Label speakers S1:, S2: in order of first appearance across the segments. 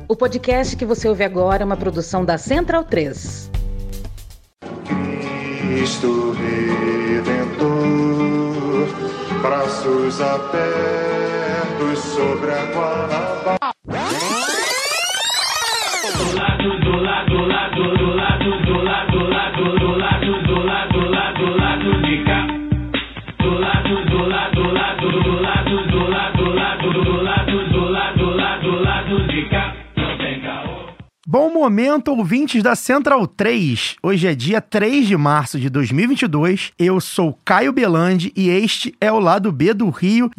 S1: O podcast que você ouve agora é uma produção da Central 3.
S2: Cristo Redentor, braços abertos sobre a Guanabara.
S3: Bom momento, ouvintes da Central 3. Hoje é dia 3 de março de 2022. Eu sou Caio Belandi e este é o Lado B do Rio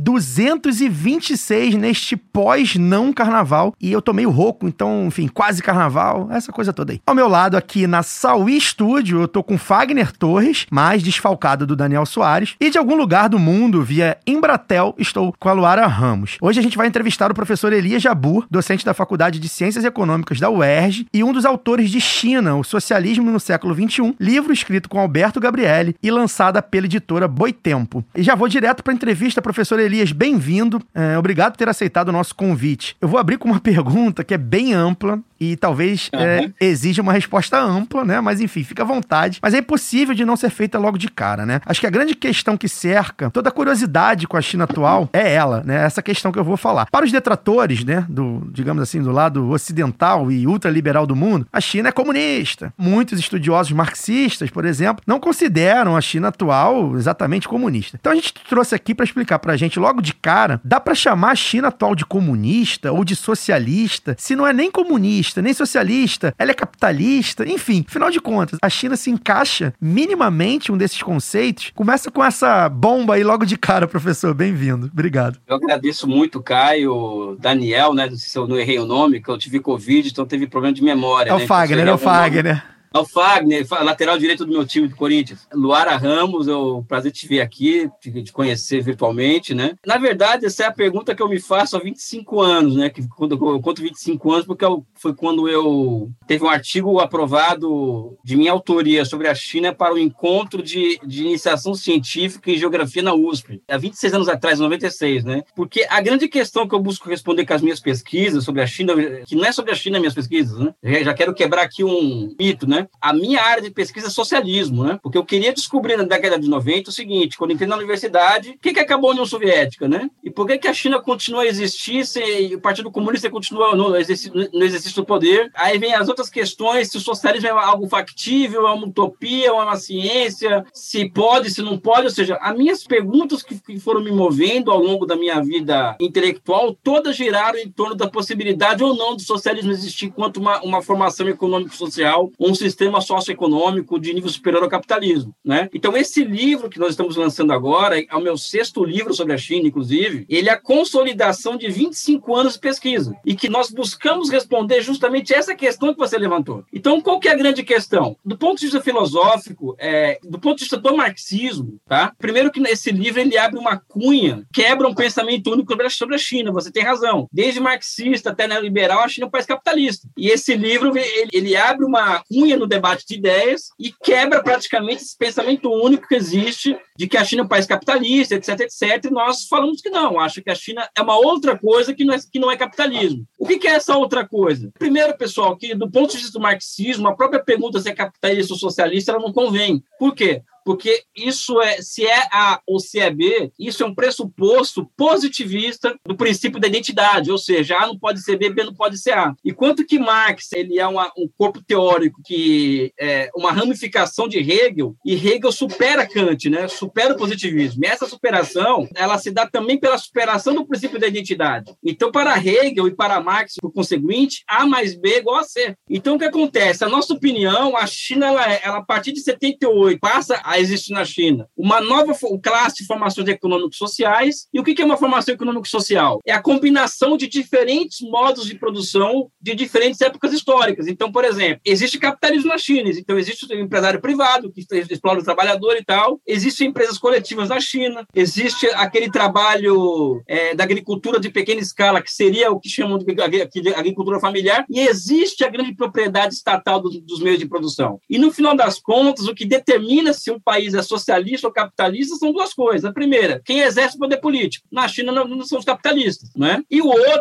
S3: 226 neste pós-não carnaval. E eu tô meio rouco, então, enfim, quase carnaval, essa coisa toda aí. Ao meu lado aqui na Sauí Studio, eu tô com Fagner Torres, mais desfalcado do Daniel Soares. E de algum lugar do mundo, via Embratel, estou com a Luara Ramos. Hoje a gente vai entrevistar o professor Elias Jabbour, docente da Faculdade de Ciências Econômicas da UERJ, e um dos autores de China, o Socialismo no Século XXI, livro escrito com Alberto Gabrielli e lançada pela editora Boitempo. E já vou direto para a entrevista, professor Elias, bem-vindo. Obrigado por ter aceitado o nosso convite. Eu vou abrir com uma pergunta que é bem ampla e talvez exija uma resposta ampla, né? Mas enfim, fica à vontade. Mas é impossível de não ser feita logo de cara, né? Acho que a grande questão que cerca toda a curiosidade com a China atual é ela, né? Essa questão que eu vou falar. Para os detratores, né? Digamos assim, do lado ocidental e ultraliberal do mundo, a China é comunista. Muitos estudiosos marxistas, por exemplo, não consideram a China atual exatamente comunista. Então a gente trouxe aqui para explicar pra gente logo de cara, dá para chamar a China atual de comunista ou de socialista, se não é nem comunista, nem socialista, ela é capitalista, enfim, afinal de contas, a China se encaixa minimamente um desses conceitos. Começa com essa bomba aí logo de cara, professor, bem-vindo, obrigado.
S4: Eu agradeço muito, Caio, Daniel, né, não sei se eu não errei o nome, que eu tive Covid, então teve problema de memória.
S3: É o Fagner, é o Fagner.
S4: É o Fagner, lateral direito do meu time do Corinthians. Luara Ramos, é um prazer te ver aqui, te conhecer virtualmente, né? Na verdade, essa é a pergunta que eu me faço há 25 anos, né? Quando eu conto 25 anos, porque foi quando eu teve um artigo aprovado de minha autoria sobre a China para o encontro de iniciação científica em geografia na USP, há 26 anos atrás, em 96, né? Porque a grande questão que eu busco responder com as minhas pesquisas sobre a China, que não é sobre a China minhas pesquisas, né? Já quero quebrar aqui um mito, né? A minha área de pesquisa é socialismo, né? Porque eu queria descobrir na década de 90 o seguinte, quando entrei na universidade, o que acabou a União Soviética, né? E por que a China continua a existir e o Partido Comunista continua no exercício do poder? Aí vem as outras questões, se o socialismo é algo factível, é uma utopia, é uma ciência, se pode, se não pode, ou seja, as minhas perguntas que foram me movendo ao longo da minha vida intelectual, todas giraram em torno da possibilidade ou não do socialismo existir enquanto uma formação econômico-social, um sistema socioeconômico de nível superior ao capitalismo, né? Então, esse livro que nós estamos lançando agora, é o meu 6º livro sobre a China, inclusive, ele é a consolidação de 25 anos de pesquisa e que nós buscamos responder justamente essa questão que você levantou. Então, qual que é a grande questão? Do ponto de vista filosófico, do ponto de vista do marxismo, tá? Primeiro que esse livro, ele abre uma cunha, quebra um pensamento único sobre a China, você tem razão. Desde marxista até neoliberal, a China é um país capitalista. E esse livro, ele abre uma cunha no debate de ideias e quebra praticamente esse pensamento único que existe de que a China é um país capitalista, etc, etc. E nós falamos que não, acho que a China é uma outra coisa que não é capitalismo. O que é essa outra coisa? Primeiro, pessoal, que do ponto de vista do marxismo, a própria pergunta se é capitalista ou socialista, ela não convém. Por quê? Porque isso se é A ou se é B, isso é um pressuposto positivista do princípio da identidade, ou seja, A não pode ser B, B não pode ser A. Enquanto que Marx, ele é um corpo teórico que é uma ramificação de Hegel, e Hegel supera Kant, né? Supera o positivismo. E essa superação, ela se dá também pela superação do princípio da identidade. Então, para Hegel e para Marx, por conseguinte, A mais B é igual a C. Então, o que acontece? A nossa opinião, a China, ela a partir de 78, passa a existir na China uma nova classe de formações econômicos sociais. E o que é uma formação econômico-social? É a combinação de diferentes modos de produção de diferentes épocas históricas. Então, por exemplo, existe capitalismo na China, então existe o empresário privado que explora o trabalhor e tal, existem empresas coletivas na China, existe aquele trabalho da agricultura de pequena escala, que seria o que chamam de agricultura familiar, e existe a grande propriedade estatal dos meios de produção. E, no final das contas, o que determina se um país é socialista ou capitalista são duas coisas. A primeira, quem exerce o poder político. Na China não são os capitalistas, né? E o outro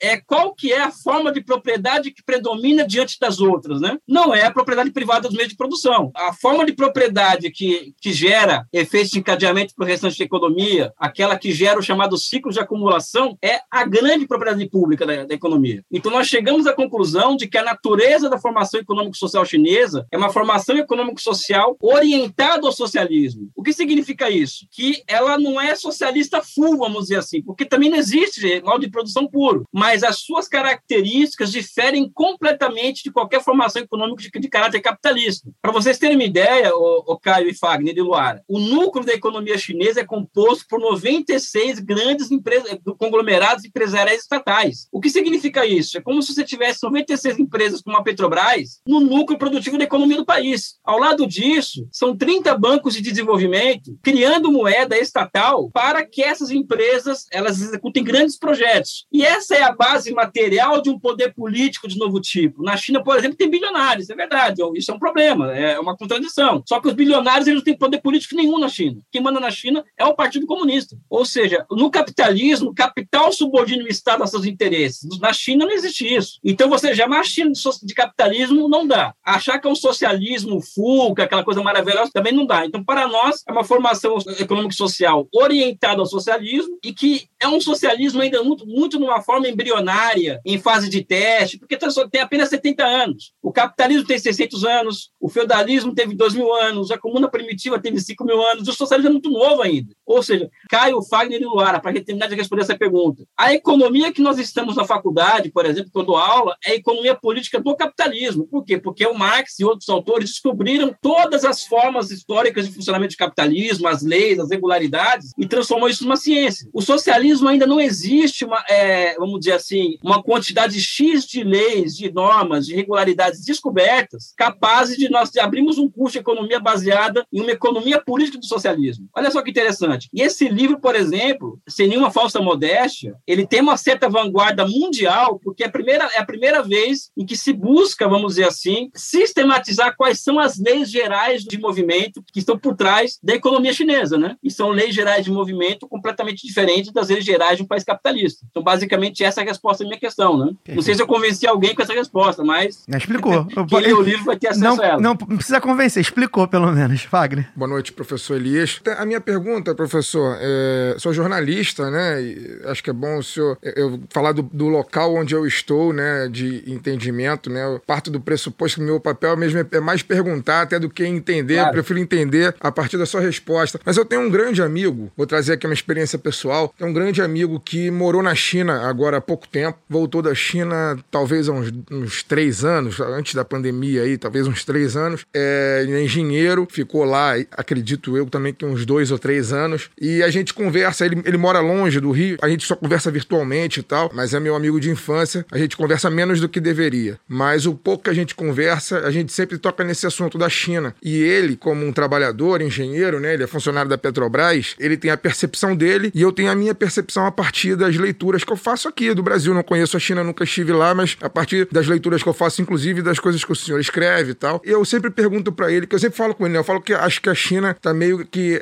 S4: qual que é a forma de propriedade que predomina diante das outras, né? Não é a propriedade privada dos meios de produção. A forma de propriedade que gera efeitos de encadeamento para o restante da economia, aquela que gera o chamado ciclo de acumulação, é a grande propriedade pública da economia. Então, nós chegamos à conclusão de que a natureza da formação econômico-social chinesa é uma formação econômico-social orientada ao socialismo. O que significa isso? Que ela não é socialista full, vamos dizer assim, porque também não existe modo de produção puro, mas as suas características diferem completamente de qualquer formação econômica de caráter capitalista. Para vocês terem uma ideia, o Caio e Fagner e Luara, o núcleo da economia chinesa é composto por 96 grandes empresas, conglomerados empresariais estatais. O que significa isso? É como se você tivesse 96 empresas como a Petrobras no núcleo produtivo da economia do país. Ao lado disso, são 30 bancos de desenvolvimento criando moeda estatal para que essas empresas elas executem grandes projetos. E essa é a base material de um poder político de novo tipo. Na China, por exemplo, tem bilionários, é verdade, isso é um problema, é uma contradição. Só que os bilionários eles não têm poder político nenhum na China. Quem manda na China é o Partido Comunista. Ou seja, no capitalismo, o capital subordina o Estado a seus interesses. Na China não existe isso. Então, você chamar a China de capitalismo não dá. Achar que é um socialismo full, que é aquela coisa maravilhosa, também não dá. Então, para nós, é uma formação econômico-social orientada ao socialismo e que é um socialismo ainda muito numa forma embrionária, em fase de teste, porque tem apenas 70 anos. O capitalismo tem 600 anos, o feudalismo teve 2.000 anos, a comuna primitiva teve 5.000 anos, o socialismo é muito novo ainda. Ou seja, Caio, Fagner e Luara, para terminar de responder essa pergunta. A economia que nós estamos na faculdade, por exemplo, quando dou aula, é a economia política do capitalismo. Por quê? Porque o Marx e outros autores descobriram todas as formas históricas de funcionamento do capitalismo, as leis, as regularidades, e transformou isso numa ciência. O socialismo ainda não existe vamos dizer assim, uma quantidade X de leis, de normas, de regularidades descobertas, capazes de nós abrirmos um curso de economia baseada em uma economia política do socialismo. Olha só que interessante. E esse livro, por exemplo, sem nenhuma falsa modéstia, ele tem uma certa vanguarda mundial, porque é a primeira vez em que se busca, vamos dizer assim, sistematizar quais são as leis gerais de movimento que estão por trás da economia chinesa, né? E são leis gerais de movimento completamente diferentes das leis gerais de um país capitalista. Então, basicamente, essa é a resposta à minha questão, né? Perfeito. Não sei se eu convenci alguém com essa resposta, mas...
S3: Explicou.
S4: Quem lê o livro vai ter acesso a ela.
S3: Não precisa convencer, explicou pelo menos. Fagner.
S5: Boa noite, professor Elias. A minha pergunta, professor, sou jornalista, né? E acho que é bom o senhor eu falar do local onde eu estou, né? De entendimento, né? Eu parto do pressuposto que o meu papel mesmo é mais perguntar até do que entender. Claro. Eu prefiro entender a partir da sua resposta. Mas eu tenho um grande amigo, vou trazer aqui uma experiência pessoal, tem um grande amigo que morou na China agora há pouco tempo, voltou da China talvez há uns 3 anos, antes da pandemia aí, talvez uns 3 anos, ele é engenheiro, ficou lá, acredito eu também que uns 2 ou 3 anos, e a gente conversa, ele mora longe do Rio, a gente só conversa virtualmente e tal, mas é meu amigo de infância, a gente conversa menos do que deveria, mas o pouco que a gente conversa, a gente sempre toca nesse assunto da China, e ele, como um trabalhador, engenheiro, né, ele é funcionário da Petrobras, ele tem a percepção dele, e eu tenho a minha percepção a partir das leituras que eu faço aqui do Brasil, não conheço a China, nunca estive lá, mas a partir das leituras que eu faço, inclusive das coisas que o senhor escreve e tal, e eu sempre pergunto pra ele, que eu sempre falo com ele, né, eu falo que acho que a China tá meio que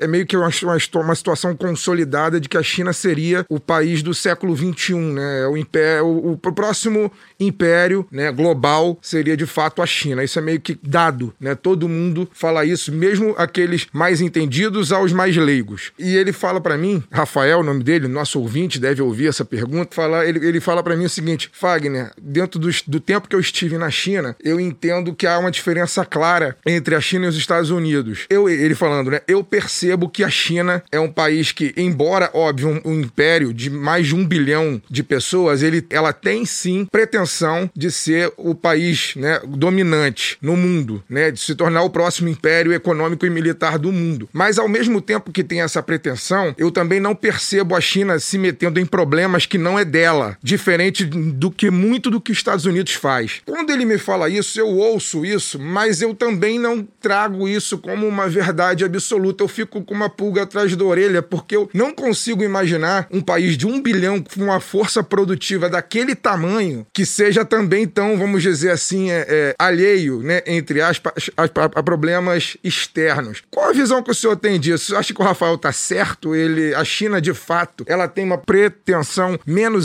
S5: uma situação consolidada de que a China seria o país do século XXI, né, o próximo império, né, global seria de fato a China, isso é meio que dado, né, todo mundo fala isso, mesmo aqueles mais entendidos aos mais leigos, e ele fala pra mim, Rafael, o nome dele, nosso ouvinte deve ouvir essa pergunta, ele fala pra mim o seguinte: Fagner, dentro do tempo que eu estive na China, eu entendo que há uma diferença clara entre a China e os Estados Unidos. Ele falando, né, eu percebo que a China é um país que, embora, óbvio, um império de mais de 1 bilhão de pessoas, ela tem sim pretensão de ser o país, né, dominante no mundo, né, de se tornar o próximo império econômico e militar do mundo. Mas ao mesmo tempo que tem essa pretensão, eu também não percebo a China se metendo em problemas que não é dela, diferente muito do que os Estados Unidos faz. Quando ele me fala isso, eu ouço isso, mas eu também não trago isso como uma verdade absoluta. Eu fico com uma pulga atrás da orelha, porque eu não consigo imaginar um país de 1 bilhão com uma força produtiva daquele tamanho que seja também tão, vamos dizer assim, alheio, né, entre aspas, a problemas externos. Qual a visão que o senhor tem disso? Acha que o Rafael está certo? A China, de fato, ela tem uma pretensão menos intervencionista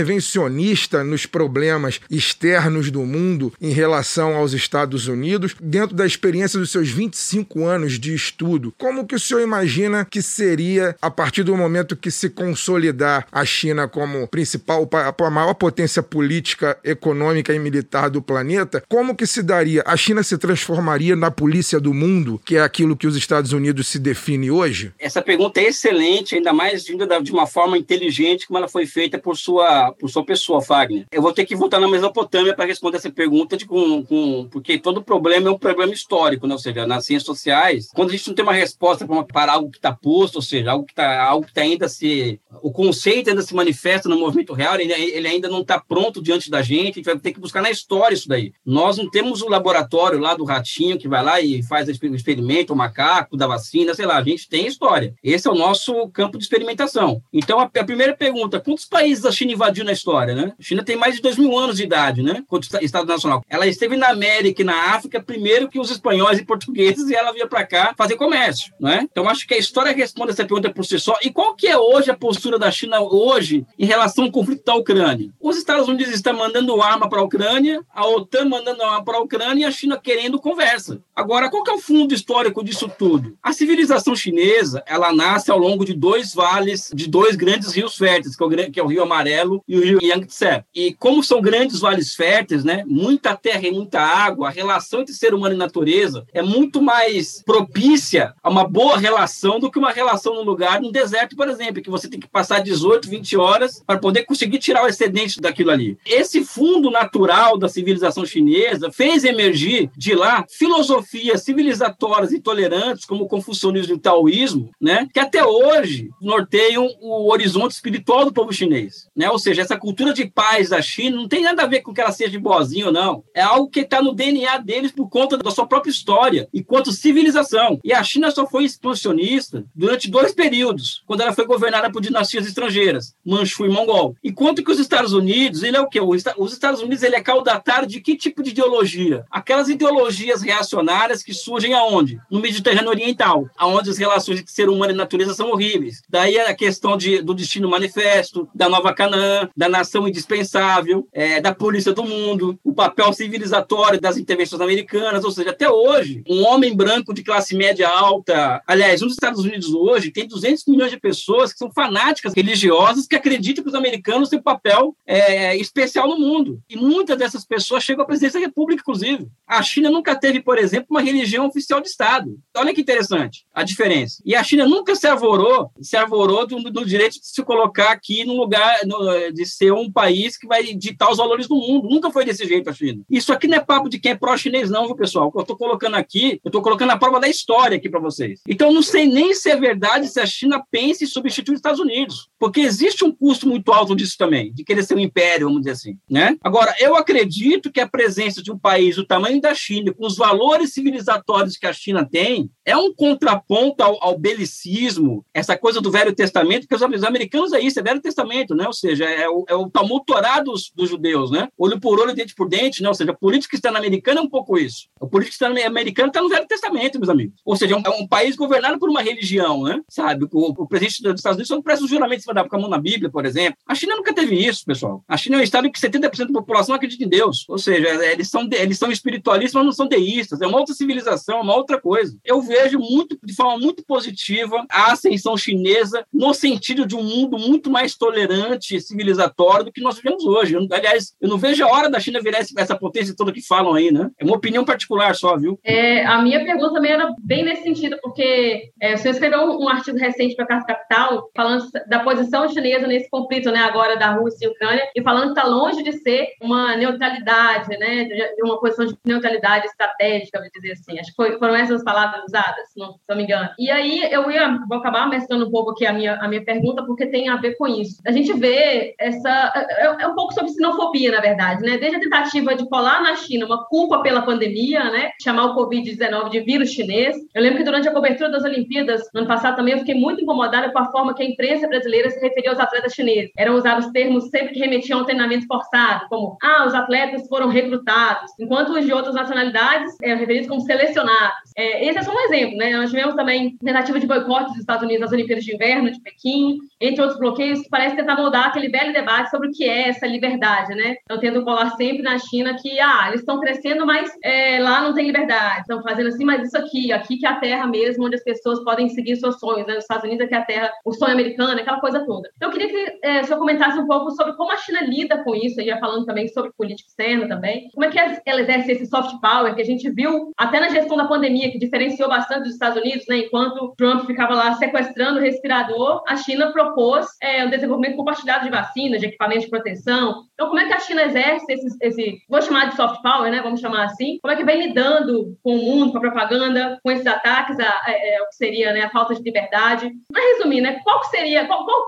S5: intervencionista nos problemas externos do mundo em relação aos Estados Unidos, dentro da experiência dos seus 25 anos de estudo. Como que o senhor imagina que seria, a partir do momento que se consolidar a China como principal, a maior potência política, econômica e militar do planeta, como que se daria? A China se transformaria na polícia do mundo, que é aquilo que os Estados Unidos se define hoje?
S4: Essa pergunta é excelente, ainda mais vinda de uma forma inteligente como ela foi feita por sua pessoa, Fagner. Eu vou ter que voltar na Mesopotâmia para responder essa pergunta, porque todo problema é um problema histórico, né? Ou seja, nas ciências sociais, quando a gente não tem uma resposta para algo que está posto, ou seja, algo que tá ainda se... O conceito ainda se manifesta no movimento real, ele ainda não está pronto diante da gente, a gente vai ter que buscar na história isso daí. Nós não temos o laboratório lá do ratinho que vai lá e faz o experimento, o macaco da vacina, sei lá, a gente tem história. Esse é o nosso campo de experimentação. Então, a primeira pergunta, quantos países a China invadiu na história, né? A China tem mais de 2.000 anos de idade, né? Quanto Estado Nacional. Ela esteve na América e na África primeiro que os espanhóis e portugueses e ela vinha para cá fazer comércio, né? Então, acho que a história responde essa pergunta por si só. E qual que é hoje a postura da China hoje em relação ao conflito da Ucrânia? Os Estados Unidos estão mandando arma para a Ucrânia, a OTAN mandando arma para a Ucrânia e a China querendo conversa. Agora, qual que é o fundo histórico disso tudo? A civilização chinesa, ela nasce ao longo de dois vales, de dois grandes rios férteis, que é o Rio Amarelo e o Rio Yangtze. E como são grandes vales férteis, né, muita terra e muita água, a relação entre ser humano e natureza é muito mais propícia a uma boa relação do que uma relação num lugar, num deserto, por exemplo, que você tem que passar 18, 20 horas para poder conseguir tirar o excedente daquilo ali. Esse fundo natural da civilização chinesa fez emergir de lá filosofias civilizatórias e tolerantes, como o confucionismo e o taoísmo, né, que até hoje norteiam o horizonte espiritual do povo chinês, né? Ou seja, essa cultura de paz da China não tem nada a ver com que ela seja boazinha ou não. É algo que está no DNA deles por conta da sua própria história, enquanto civilização. E a China só foi expansionista durante 2 períodos, quando ela foi governada por dinastias estrangeiras, Manchu e Mongol. Enquanto que os Estados Unidos, ele é o quê? Os Estados Unidos, ele é caudatário de que tipo de ideologia? Aquelas ideologias reacionárias que surgem aonde? No Mediterrâneo Oriental, aonde as relações entre ser humano e natureza são horríveis. Daí a questão do destino manifesto, da Nova Canaã, da nação indispensável, da polícia do mundo, o papel civilizatório das intervenções americanas, ou seja, até hoje, um homem branco de classe média alta, aliás, nos Estados Unidos hoje, tem 200 milhões de pessoas que são fanáticas religiosas que acreditam que os americanos têm um papel especial no mundo. E muitas dessas pessoas chegam à presidência da República, inclusive. A China nunca teve, por exemplo, uma religião oficial de Estado. Olha que interessante a diferença. E a China nunca se arvorou do direito de se colocar aqui no lugar de ser um país que vai ditar os valores do mundo. Nunca foi desse jeito a China. Isso aqui não é papo de quem é pró-chinês, não, viu, pessoal? O que eu estou colocando aqui, eu estou colocando a prova da história aqui para vocês. Então, eu não sei nem se é verdade se a China pensa em substituir os Estados Unidos, porque existe um custo muito alto disso também, de querer ser um império, vamos dizer assim, né? Agora, eu acredito que a presença de um país do tamanho da China, com os valores civilizatórios que a China tem, é um contraponto ao belicismo, essa coisa do Velho Testamento, que os americanos é isso, é Velho Testamento, né? Ou seja, é o Talmud Torá dos judeus, né? Olho por olho, dente por dente, né? Ou seja, a política externa americana é um pouco isso. A política externa americana está no Velho Testamento, meus amigos. Ou seja, é um país governado por uma religião, né? Sabe? O presidente dos Estados Unidos não presta um juramento em cima da mão na Bíblia, por exemplo. A China nunca teve isso, pessoal. A China é um estado que 70% da população acredita em Deus. Ou seja, eles são espiritualistas, mas não são deístas. É uma outra civilização, é uma outra coisa. Eu vejo de forma muito positiva a ascensão chinesa no sentido de um mundo muito mais tolerante e civilizatório do que nós vivemos hoje. Aliás, eu não vejo a hora da China virar essa potência toda que falam aí, né? É uma opinião particular só, viu?
S6: A minha pergunta também era bem nesse sentido, porque o senhor escreveu um artigo recente para a Carta Capital falando da posição chinesa nesse conflito, né, agora da Rússia e Ucrânia, e falando que está longe de ser uma neutralidade, né, de uma posição de neutralidade estratégica, vou dizer assim. Acho que foram essas as palavras usadas, se não me engano. E aí vou acabar mesclando um pouco aqui a minha pergunta, porque tem a ver com isso. A gente vê é um pouco sobre xenofobia, na verdade, né? Desde a tentativa de colar na China uma culpa pela pandemia, né? Chamar o Covid-19 de vírus chinês. Eu lembro que durante a cobertura das Olimpíadas, no ano passado também, eu fiquei muito incomodada com a forma que a imprensa brasileira se referia aos atletas chineses. Eram usados termos sempre que remetiam ao treinamento forçado, como, os atletas foram recrutados, enquanto os de outras nacionalidades eram referidos como selecionados. Esse é só um exemplo, né? Nós tivemos também tentativa de boicote dos Estados Unidos nas Olimpíadas de Inverno de Pequim, entre outros bloqueios, que parece tentar mudar aquele velho debate sobre o que é essa liberdade, né? Então, tendo colar sempre na China que, eles estão crescendo, mas lá não tem liberdade. Estão fazendo assim, mas isso aqui que é a terra mesmo, onde as pessoas podem seguir seus sonhos, né? Nos Estados Unidos aqui é a terra, o sonho americano, aquela coisa toda. Então, eu queria que o senhor comentasse um pouco sobre como a China lida com isso, já falando também sobre política externa também. Como é que ela exerce esse soft power que a gente viu até na gestão da pandemia, que diferenciou bastante dos Estados Unidos, né? Enquanto Trump ficava lá sequestrando o respirador, a China propôs o desenvolvimento compartilhado de vacinas, de equipamentos de proteção. Então, como é que a China exerce esse vou chamar de soft power, né? Vamos chamar assim. Como é que vem lidando com o mundo, com a propaganda, com esses ataques, o que seria, né, a falta de liberdade? Para resumir, né? Qual seria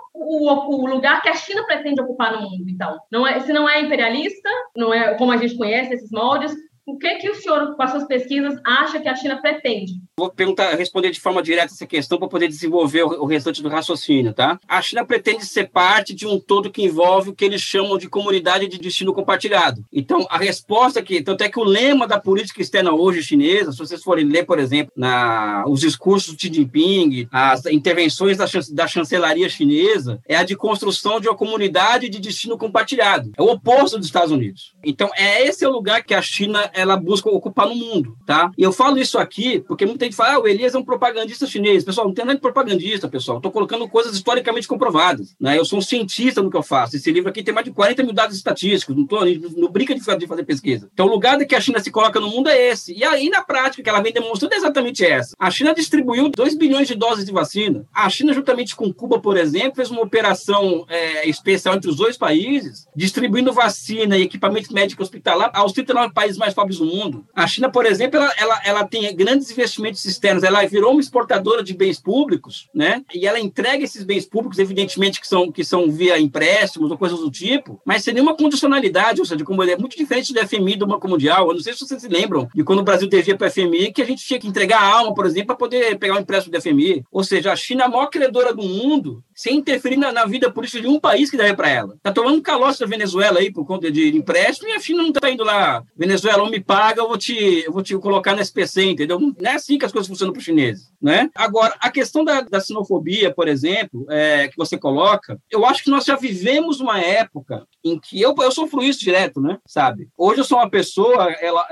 S6: o lugar que a China pretende ocupar no mundo, então? Se não é imperialista, não é como a gente conhece esses moldes, o que o senhor, com as suas pesquisas, acha que a China pretende?
S4: Vou responder de forma direta essa questão para poder desenvolver o restante do raciocínio, tá? A China pretende ser parte de um todo que envolve o que eles chamam de comunidade de destino compartilhado. Então, a resposta aqui, tanto é que o lema da política externa hoje chinesa, se vocês forem ler, por exemplo, os discursos do Xi Jinping, as intervenções da chancelaria chinesa, é a de construção de uma comunidade de destino compartilhado. É o oposto dos Estados Unidos. Então, esse é o lugar que a China ela busca ocupar no mundo, tá? E eu falo isso aqui porque muita gente fala, o Elias é um propagandista chinês. Pessoal, não tem nada de propagandista, pessoal. Estou colocando coisas historicamente comprovadas, né? Eu sou um cientista no que eu faço. Esse livro aqui tem mais de 40 mil dados estatísticos. Não brinca de fazer pesquisa. Então, o lugar que a China se coloca no mundo é esse. E aí, na prática, que ela vem demonstrando é exatamente essa. A China distribuiu 2 bilhões de doses de vacina. A China, juntamente com Cuba, por exemplo, fez uma operação especial entre os dois países, distribuindo vacina e equipamento médico hospitalar aos 39 países mais pobres do mundo. A China, por exemplo, ela tem grandes investimentos externos, ela virou uma exportadora de bens públicos, né? E ela entrega esses bens públicos, evidentemente, que são via empréstimos ou coisas do tipo, mas sem nenhuma condicionalidade, ou seja, como é muito diferente do FMI do Banco Mundial. Eu não sei se vocês se lembram de quando o Brasil devia para o FMI, que a gente tinha que entregar a alma, por exemplo, para poder pegar um empréstimo do FMI. Ou seja, a China é a maior credora do mundo, sem interferir na vida política de um país que deve para ela. Está tomando um calote da Venezuela aí por conta de empréstimo e a China não está indo lá, Venezuela, ou me paga, eu vou te colocar no SPC, entendeu? Não é assim que as coisas funcionam para os chineses, né? Agora, a questão da xenofobia, por exemplo, que você coloca, eu acho que nós já vivemos uma época em que eu sofro isso direto, né? Sabe? Hoje eu sou uma pessoa,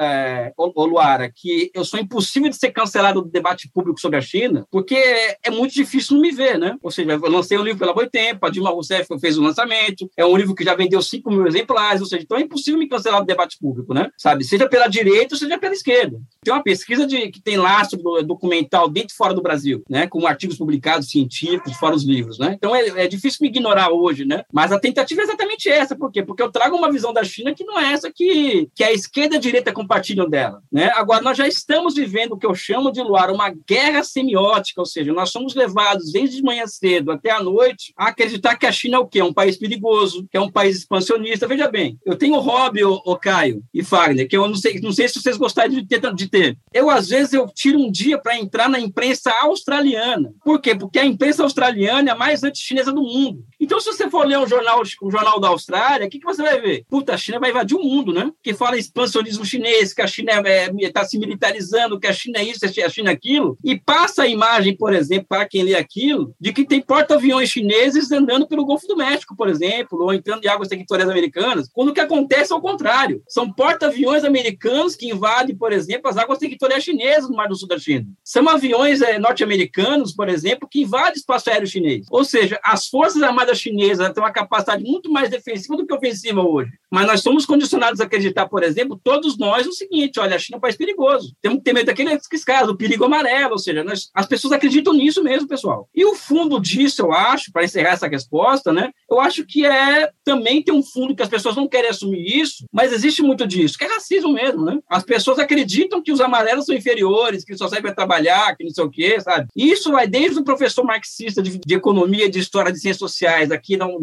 S4: Luara, que eu sou impossível de ser cancelado do debate público sobre a China, porque é muito difícil não me ver, né? Ou seja, eu lancei um livro pela Boitempo, a Dilma Rousseff fez o lançamento, é um livro que já vendeu 5 mil exemplares, ou seja, então é impossível me cancelar do debate público, né? Sabe? Seja pela direita ou seja pela esquerda. Tem uma pesquisa que tem lastro documental dentro e fora do Brasil, né? Com artigos publicados, científicos, fora os livros, né? Então é difícil me ignorar hoje, né? Mas a tentativa é exatamente essa. Por quê? Porque eu trago uma visão da China que não é essa que a esquerda e a direita compartilham dela, né? Agora, nós já estamos vivendo o que eu chamo de, Luara, uma guerra semiótica, ou seja, nós somos levados desde de manhã cedo até a noite a acreditar que a China é o quê? É um país perigoso, que é um país expansionista. Veja bem, eu tenho um hobby, o Caio e Fagner, que eu não sei se vocês gostariam de ter. Eu, às vezes, eu tiro um dia para entrar na imprensa australiana. Por quê? Porque a imprensa australiana é a mais anti-chinesa do mundo. Então, se você for ler o jornal da Austrália, o que você vai ver? Puta, a China vai invadir o mundo, né? Que fala expansionismo chinês, que a China está se militarizando, que a China é isso, a China é aquilo, e passa a imagem, por exemplo, para quem lê aquilo, de que tem porta-aviões chineses andando pelo Golfo do México, por exemplo, ou entrando em águas territoriais americanas, quando o que acontece é o contrário. São porta-aviões americanos que invadem, por exemplo, as águas territoriais chinesas no Mar do Sul da China. São aviões norte-americanos, por exemplo, que invadem o espaço aéreo chinês. Ou seja, as Forças Armadas chinesas têm uma capacidade muito mais defensiva do que ofensiva hoje. Mas nós somos condicionados a acreditar, por exemplo, todos nós, o seguinte, olha, a China é um país perigoso. Temos que ter medo daqueles casos, do perigo amarelo, ou seja, as pessoas acreditam nisso mesmo, pessoal. E o fundo disso, eu acho, para encerrar essa resposta, né, eu acho que também tem um fundo que as pessoas não querem assumir isso, mas existe muito disso, que é racismo mesmo, né? As pessoas acreditam que os amarelos são inferiores, que só servem para trabalhar, que não sei o quê, sabe? E isso vai desde o professor marxista de economia, de história de ciências sociais, aqui na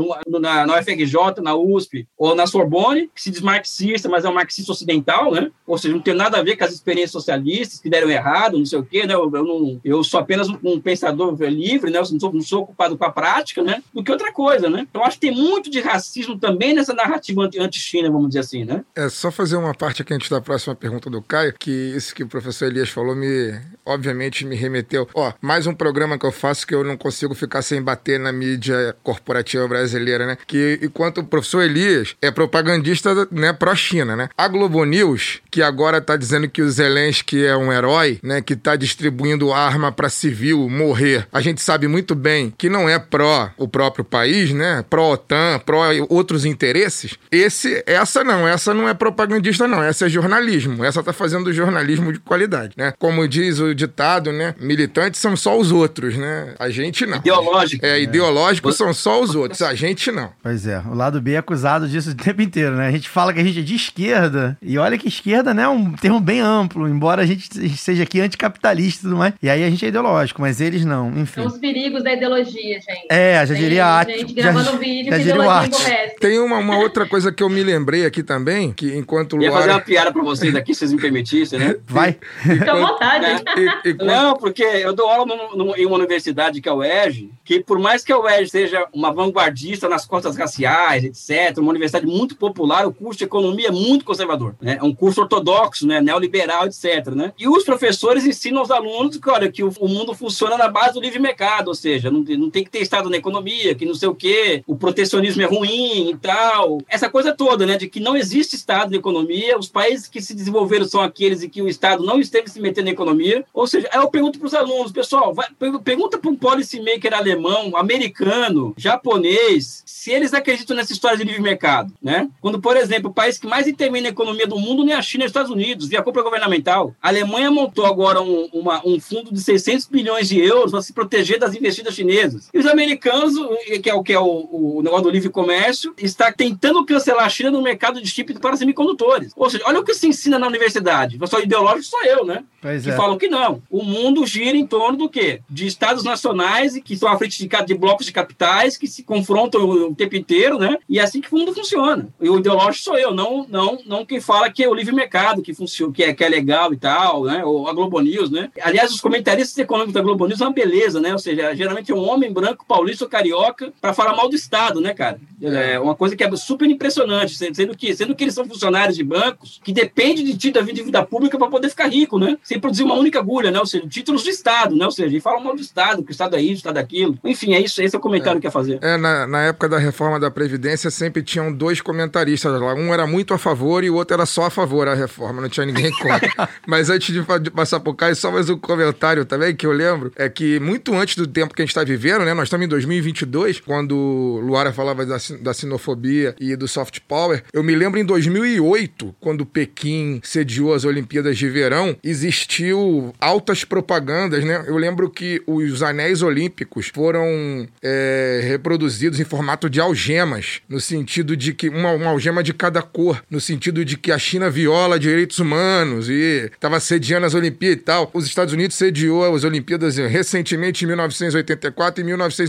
S4: UFRJ, na USP, ou na Sorbonne, que se diz marxista, mas é um marxista ocidental, né? Ou seja, não tem nada a ver com as experiências socialistas que deram errado, não sei o quê, né? Eu sou apenas um pensador livre, né? Eu não sou ocupado com a prática, né, do que outra coisa, né? Então, acho que tem muito de racismo também nessa narrativa anti-China, vamos dizer assim, né?
S5: É só fazer uma parte aqui antes da próxima pergunta do Caio, que isso que o professor Elias falou obviamente me remeteu. Mais um programa que eu faço que eu não consigo ficar sem bater na mídia corporativa brasileira, né? Que enquanto o professor Elias é propagandista, né, pró-China, né? A Globo News, que agora tá dizendo que o Zelensky é um herói, né, que tá distribuindo arma para civil morrer. A gente sabe muito bem que não é pró o próprio país, né? Pró-OTAN, pró outros interesses. Essa não é propagandista, não. Essa é jornalismo. Essa tá fazendo jornalismo de qualidade, né? Como diz o ditado, né? Militantes são só os outros, né? A gente não.
S4: Ideológico.
S5: Ideológicos são só os outros. A gente não.
S3: Pois é. O lado B é acusado disso o tempo inteiro, né? A gente fala que a gente é de esquerda, e olha que esquerda, né, é um termo bem amplo, embora a gente seja aqui anticapitalista e tudo mais. E aí a gente é ideológico, mas eles não, enfim.
S6: São os perigos da ideologia, gente.
S3: Já diria a
S6: gente gravando um vídeo que
S3: ideologia
S6: emborrece.
S5: Tem uma outra coisa que eu me lembrei aqui também, que enquanto o
S4: Ia fazer uma piada pra vocês aqui, se vocês me permitissem, né?
S3: Vai.
S6: Fica à vontade.
S4: Não, porque eu dou aula em uma universidade que é a UERJ, que por mais que a UERJ seja uma vanguardista nas cotas raciais, etc., uma universidade muito popular, o curso de economia é muito conservador, né? É um curso ortodoxo, né? Neoliberal, etc., né? E os professores ensinam aos alunos que, olha, que o mundo funciona na base do livre mercado, ou seja, não tem que ter Estado na economia, que não sei o quê, o protecionismo é ruim e tal. Essa coisa toda, né? De que não existe Estado na economia, os países que se desenvolveram são aqueles em que o Estado não esteve se metendo na economia. Ou seja, aí eu pergunto para os alunos, pessoal, pergunta para um policymaker alemão, americano, japonês, se eles acreditam nessa história de livre mercado, né? Quando, por exemplo, o país que mais intervém na economia do mundo não é a China, é os Estados Unidos, via compra governamental. A Alemanha montou agora um fundo de 600 bilhões de euros para se proteger das investidas chinesas. E os americanos, que é o negócio do livre comércio, está tentando cancelar a China no mercado de chip para semicondutores. Ou seja, olha o que se ensina na universidade. O pessoal ideológico sou eu, né? Que falam que não. O mundo gira em torno do quê? De estados nacionais e que estão à frente de blocos de capitais que se confrontam o tempo inteiro, né? E é assim que o mundo funciona. E o ideológico sou eu, não quem fala que é o livre mercado que funciona, que é legal e tal, né? Ou a Globo News, né? Aliás, os comentaristas econômicos da Globo News são uma beleza, né? Ou seja, geralmente é um homem branco, paulista ou carioca para falar mal do Estado, né, cara? É uma coisa que é super impressionante, sendo que eles são funcionários de bancos que dependem da vida pública para poder ficar rico, né? Sem produzir uma única agulha, né? Ou seja, títulos do Estado, né? Ou seja, e falam mal do Estado, que o Estado é isso, o Estado é aquilo. Enfim, é isso, esse é o comentário que eu ia fazer.
S5: Na época da reforma da Previdência, sempre tinham dois comentaristas lá. Um era muito a favor e o outro era só a favor da reforma, não tinha ninguém contra. Mas antes de passar pro Caio, só mais um comentário também que eu lembro, é que muito antes do tempo que a gente está vivendo, né? Nós estamos em 2022, quando Luara falava da sinofobia e do soft power. Eu me lembro em 2008, quando Pequim sediou as Olimpíadas de Verão, existiu altas propagandas, né? Eu lembro que os anéis olímpicos foram reproduzidos em formato de algemas, no sentido de que uma algema de cada cor, no sentido de que a China viola direitos humanos e estava sediando as Olimpíadas e tal. Os Estados Unidos sediou as Olimpíadas recentemente em 1984 e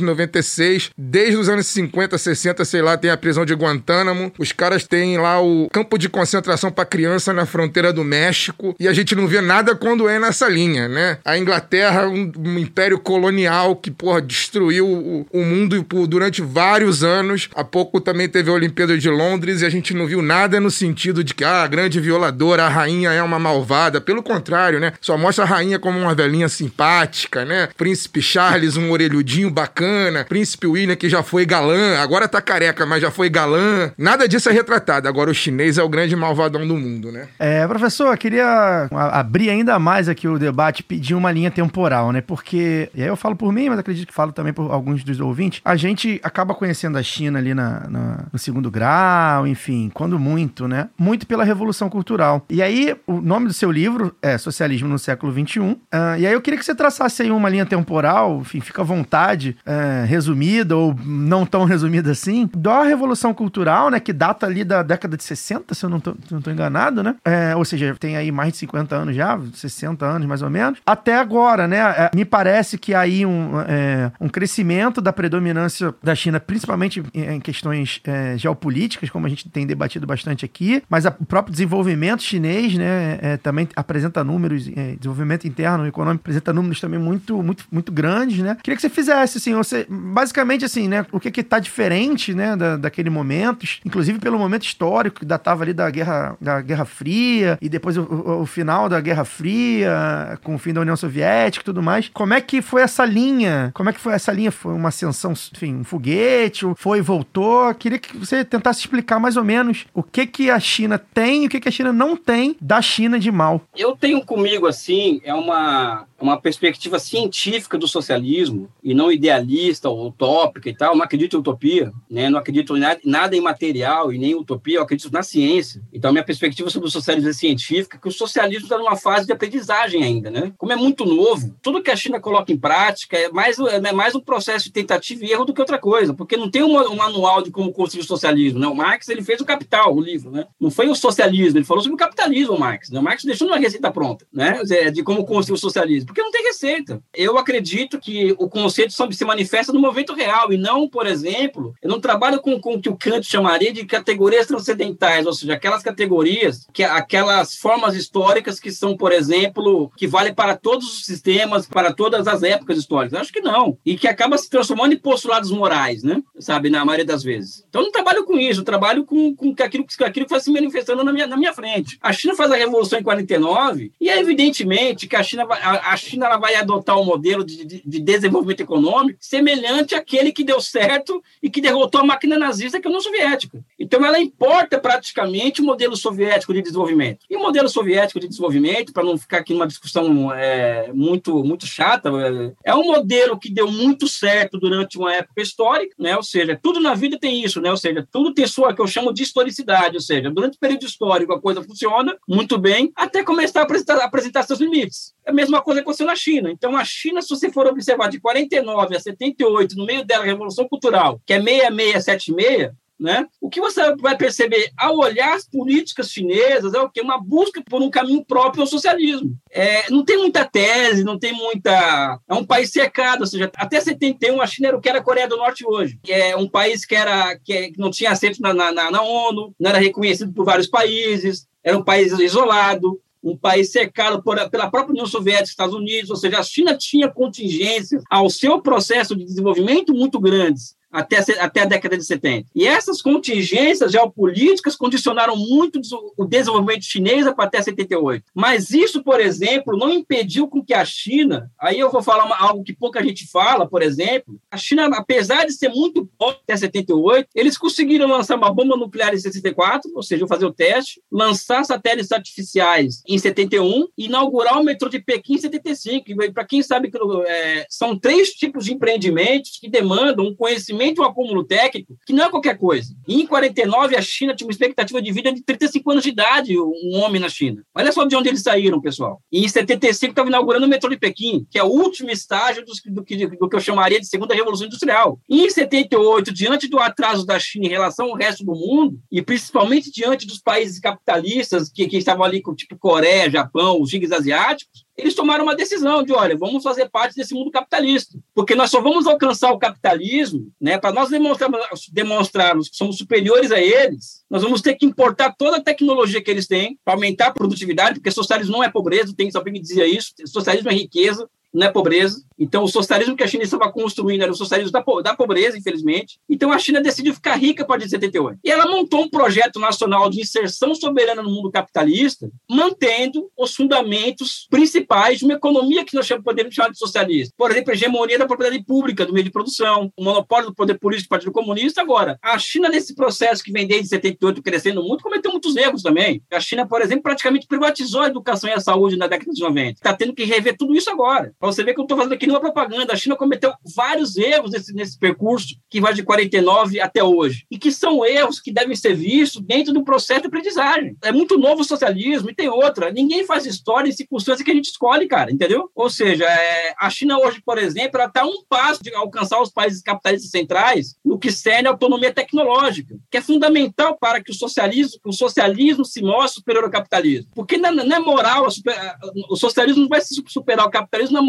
S5: 1996. Desde os anos 50, 60, sei lá, tem a prisão de Guantánamo. Os caras têm lá o campo de concentração para criança na fronteira do México e a gente não vê nada quando é nessa linha, né? A Inglaterra, um império colonial que, destruiu o mundo durante vários anos. Há pouco também teve a Olimpíada de Londres e a gente não viu nada no sentido de que a grande violadora, a rainha é uma malvada. Pelo contrário, né? Só mostra a rainha como uma velhinha simpática, né? Príncipe Charles, um orelhudinho bacana. Príncipe William, que já foi galã. Agora tá careca, mas já foi galã. Nada disso é retratado. Agora o chinês é o grande malvadão do mundo, né?
S3: Professor, eu queria abrir ainda mais aqui o debate, pedir uma linha temporal, né? Porque, e aí eu falo por mim, mas acredito que falo também por alguns dos ouvintes, a gente acaba conhecendo a China ali no segundo grau, enfim, quando muito, né? Muito pela Revolução Cultural. E aí, o nome do seu livro é Socialismo no Século XXI. E aí eu queria que você traçasse aí uma linha temporal, enfim, fica à vontade, resumida ou não tão resumida assim, da Revolução Cultural, né? Que data ali da década de 60, se eu não tô enganado, né? Ou seja, tem aí mais de 50 anos já, 60 anos mais ou menos, até agora, né? Me parece que aí um crescimento da predominância da China, principalmente em questões geopolíticas, como a gente tem debatido bastante aqui, mas o próprio desenvolvimento chinês, né? Também apresenta números, desenvolvimento interno, econômico, apresenta números também muito, muito, muito grandes, né? Queria que você fizesse, assim, assim, basicamente assim, né, o que tá diferente, né, daquele momento, inclusive pelo momento histórico, que datava ali da Guerra Fria, e depois o final da Guerra Fria, com o fim da União Soviética e tudo mais. Como é que foi essa linha? Foi uma ascensão, enfim, um foguete? Foi e voltou? Queria que você tentasse explicar mais ou menos o que a China tem e o que a China não tem da China de mal.
S4: Eu tenho comigo, assim, uma perspectiva científica do socialismo e não idealista ou utópica e tal. Eu não acredito em utopia, né? Não acredito em nada imaterial e nem utopia, eu acredito na ciência. Então, a minha perspectiva sobre o socialismo é científica, que o socialismo está numa fase de aprendizagem ainda, né? Como é muito novo, tudo que a China coloca em prática é mais um processo de tentativa e erro do que outra coisa, porque não tem um manual de como construir o socialismo, né? O Marx, ele fez o Capital, o livro, né? Não foi o socialismo, ele falou sobre o capitalismo, o Marx, né? O Marx deixou uma receita pronta, né? De como construir o socialismo, porque não tem receita. Eu acredito que o conceito só se manifesta no movimento real e não, por exemplo, eu não trabalho com o que o Kant chamaria de categorias transcendentais, ou seja, aquelas categorias, aquelas formas históricas que são, por exemplo, que valem para todos os sistemas, para todas as épocas históricas. Eu acho que não. E que acaba se transformando em postulados morais, né? Sabe, na maioria das vezes. Então, eu não trabalho com isso, eu trabalho com aquilo que vai se manifestando na minha frente. A China faz a Revolução em 49 e é evidentemente que a China ela vai adotar um modelo de desenvolvimento econômico semelhante àquele que deu certo e que derrotou a máquina nazista, que é a União Soviética. Então, ela importa praticamente o modelo soviético de desenvolvimento. E o modelo soviético de desenvolvimento, para não ficar aqui numa discussão muito chata, é um modelo que deu muito certo durante uma época histórica, né? Ou seja, tudo na vida tem isso, né? Ou seja, tudo tem sua, que eu chamo de historicidade, ou seja, durante o período histórico a coisa funciona muito bem, até começar a apresentar seus limites. É a mesma coisa que aconteceu na China. Então, a China, se você for observar de 49 a 78, no meio dela, a Revolução Cultural, que é 66, 76, né? O que você vai perceber ao olhar as políticas chinesas é o quê? Uma busca por um caminho próprio ao socialismo. Não tem muita tese, não tem muita... É um país cercado, ou seja, até 71 a China era o que era a Coreia do Norte hoje, que é um país que não tinha assento na ONU, não era reconhecido por vários países, era um país isolado, um país cercado pela própria União Soviética, Estados Unidos, ou seja, a China tinha contingências ao seu processo de desenvolvimento muito grandes, até a década de 70. E essas contingências geopolíticas condicionaram muito o desenvolvimento chinês até 78. Mas isso, por exemplo, não impediu com que a China, aí eu vou falar algo que pouca gente fala, por exemplo, a China, apesar de ser muito pobre até 78, eles conseguiram lançar uma bomba nuclear em 64, ou seja, fazer o teste, lançar satélites artificiais em 71 e inaugurar o metrô de Pequim em 75. Para quem sabe, são 3 tipos de empreendimentos que demandam um conhecimento e um acúmulo técnico que não é qualquer coisa. E em 49, a China tinha uma expectativa de vida de 35 anos de idade, um homem na China. Olha só de onde eles saíram, pessoal. E em 75 estava inaugurando o metrô de Pequim, que é o último estágio do que eu chamaria de segunda revolução industrial. E em 78, diante do atraso da China em relação ao resto do mundo, e principalmente diante dos países capitalistas que estavam ali, tipo Coreia, Japão, os tigres asiáticos, eles tomaram uma decisão de, olha, vamos fazer parte desse mundo capitalista, porque nós só vamos alcançar o capitalismo, né, para nós demonstrarmos que somos superiores a eles, nós vamos ter que importar toda a tecnologia que eles têm para aumentar a produtividade, porque socialismo não é pobreza, tem alguém que dizia isso, socialismo é riqueza, não é pobreza. Então, o socialismo que a China estava construindo era o socialismo da pobreza, infelizmente. Então, a China decidiu ficar rica a partir de 78. E ela montou um projeto nacional de inserção soberana no mundo capitalista, mantendo os fundamentos principais de uma economia que nós poderíamos chamar de socialista. Por exemplo, a hegemonia da propriedade pública, do meio de produção, o monopólio do poder político do Partido Comunista. Agora, a China, nesse processo que vem desde 78 crescendo muito, cometeu muitos erros também. A China, por exemplo, praticamente privatizou a educação e a saúde na década de 90. Está tendo que rever tudo isso agora. Para você ver que eu estou fazendo aqui uma propaganda. A China cometeu vários erros nesse percurso que vai de 49 até hoje. E que são erros que devem ser vistos dentro do processo de aprendizagem. É muito novo o socialismo e tem outra. Ninguém faz história em circunstâncias que a gente escolhe, cara, entendeu? Ou seja, a China hoje, por exemplo, ela está a um passo de alcançar os países capitalistas centrais no que cerne a autonomia tecnológica, que é fundamental para que o socialismo se mostre superior ao capitalismo. Porque não é moral, o socialismo não vai superar o capitalismo na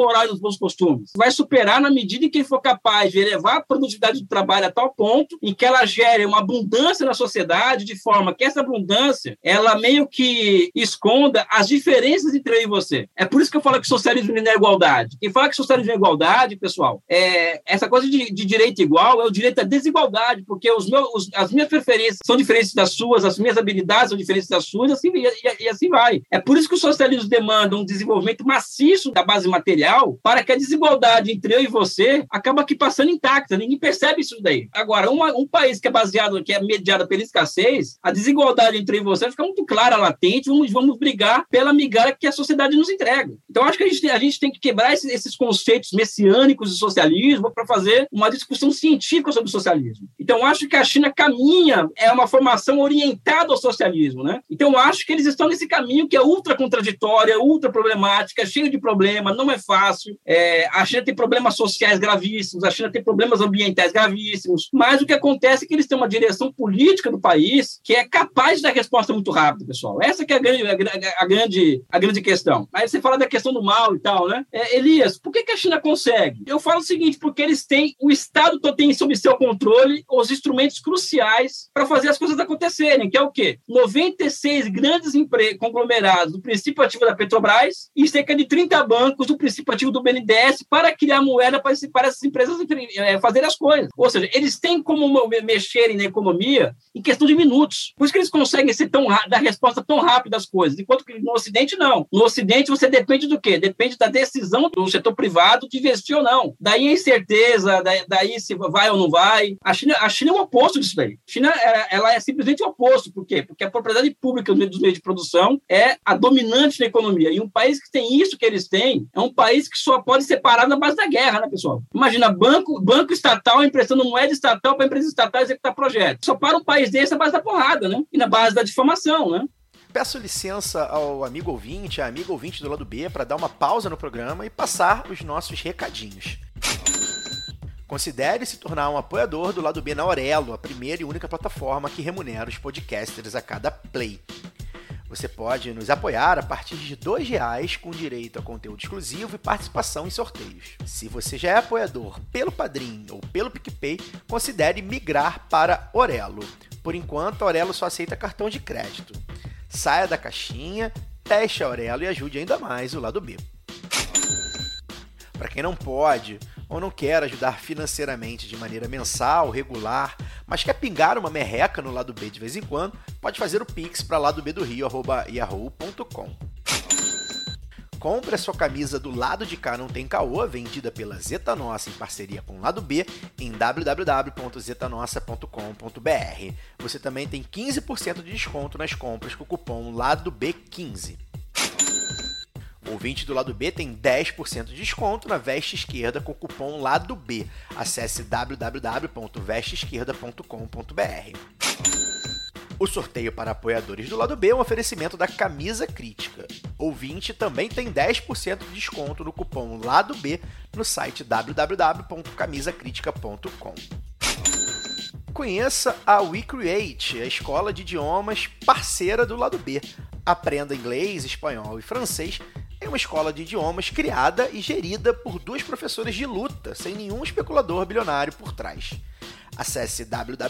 S4: moral e nos bons costumes. Vai superar na medida em que for capaz de elevar a produtividade do trabalho a tal ponto em que ela gere uma abundância na sociedade, de forma que essa abundância, ela meio que esconda as diferenças entre eu e você. É por isso que eu falo que socialismo não é igualdade. Quem fala que socialismo é igualdade, pessoal, essa coisa de direito igual é o direito à desigualdade, porque as minhas preferências são diferentes das suas, as minhas habilidades são diferentes das suas, e assim vai. É por isso que o socialismo demanda um desenvolvimento maciço da base material para que a desigualdade entre eu e você acaba aqui passando intacta. Ninguém percebe isso daí. Agora, um país que é mediado pela escassez, a desigualdade entre eu e você fica muito clara, latente, vamos brigar pela migalha que a sociedade nos entrega. Então, acho que a gente tem que quebrar esses conceitos messiânicos de socialismo para fazer uma discussão científica sobre o socialismo. Então, acho que a China caminha, uma formação orientada ao socialismo, né? Então, acho que eles estão nesse caminho que é ultra contraditória, ultra problemática, cheio de problema, não é fácil. A China tem problemas sociais gravíssimos, a China tem problemas ambientais gravíssimos, mas o que acontece é que eles têm uma direção política do país que é capaz de dar resposta muito rápida, pessoal. Essa que é a grande questão. Aí você fala da questão do mal e tal, né? Elias, por que a China consegue? Eu falo o seguinte, porque o Estado tem sob seu controle os instrumentos cruciais para fazer as coisas acontecerem, que é o quê? 96 grandes conglomerados do princípio ativo da Petrobras e cerca de 30 bancos do princípio ativo do BNDES para criar moeda para essas empresas fazerem as coisas. Ou seja, eles têm como mexerem na economia em questão de minutos. Por isso que eles conseguem dar resposta tão rápida às coisas, enquanto que no Ocidente não. No Ocidente você depende do quê? Depende da decisão do setor privado de investir ou não. Daí a incerteza, daí se vai ou não vai. A China é o oposto disso daí. A China ela é simplesmente o oposto. Por quê? Porque a propriedade pública dos meios de produção é a dominante na economia. E um país que tem isso que eles têm é um país que só pode ser parado na base da guerra, né, pessoal? Imagina, banco estatal emprestando moeda estatal para empresa estatal executar projetos. Só para um país desse na base da porrada, né? E na base da difamação, né?
S7: Peço licença ao amigo ouvinte, à amiga ouvinte do lado B, para dar uma pausa no programa e passar os nossos recadinhos. Considere se tornar um apoiador do Lado B na Aurelo, a primeira e única plataforma que remunera os podcasters a cada play. Você pode nos apoiar a partir de R$2 com direito a conteúdo exclusivo e participação em sorteios. Se você já é apoiador pelo Padrim ou pelo PicPay, considere migrar para Aurelo. Por enquanto, a Aurelo só aceita cartão de crédito. Saia da caixinha, teste a Aurelo e ajude ainda mais o Lado B. Para quem não pode ou não quer ajudar financeiramente de maneira mensal, regular, mas quer pingar uma merreca no Lado B de vez em quando, pode fazer o Pix para ladobedorio@yahoo.com. Compre a sua camisa do Lado de Cá Não Tem Caô, vendida pela Zeta Nossa em parceria com o Lado B, em www.zetanossa.com.br. Você também tem 15% de desconto nas compras com o cupom LADOB15. O ouvinte do Lado B tem 10% de desconto na veste esquerda com o cupom LADOB. Acesse www.vesteesquerda.com.br. O sorteio para apoiadores do Lado B é um oferecimento da Camisa Crítica. Ouvinte também tem 10% de desconto no cupom LADOB no site www.camisacritica.com. Conheça a WeCreate, a escola de idiomas parceira do Lado B. Aprenda inglês, espanhol e francês em uma escola de idiomas criada e gerida por 2 professores de luta, sem nenhum especulador bilionário por trás. Acesse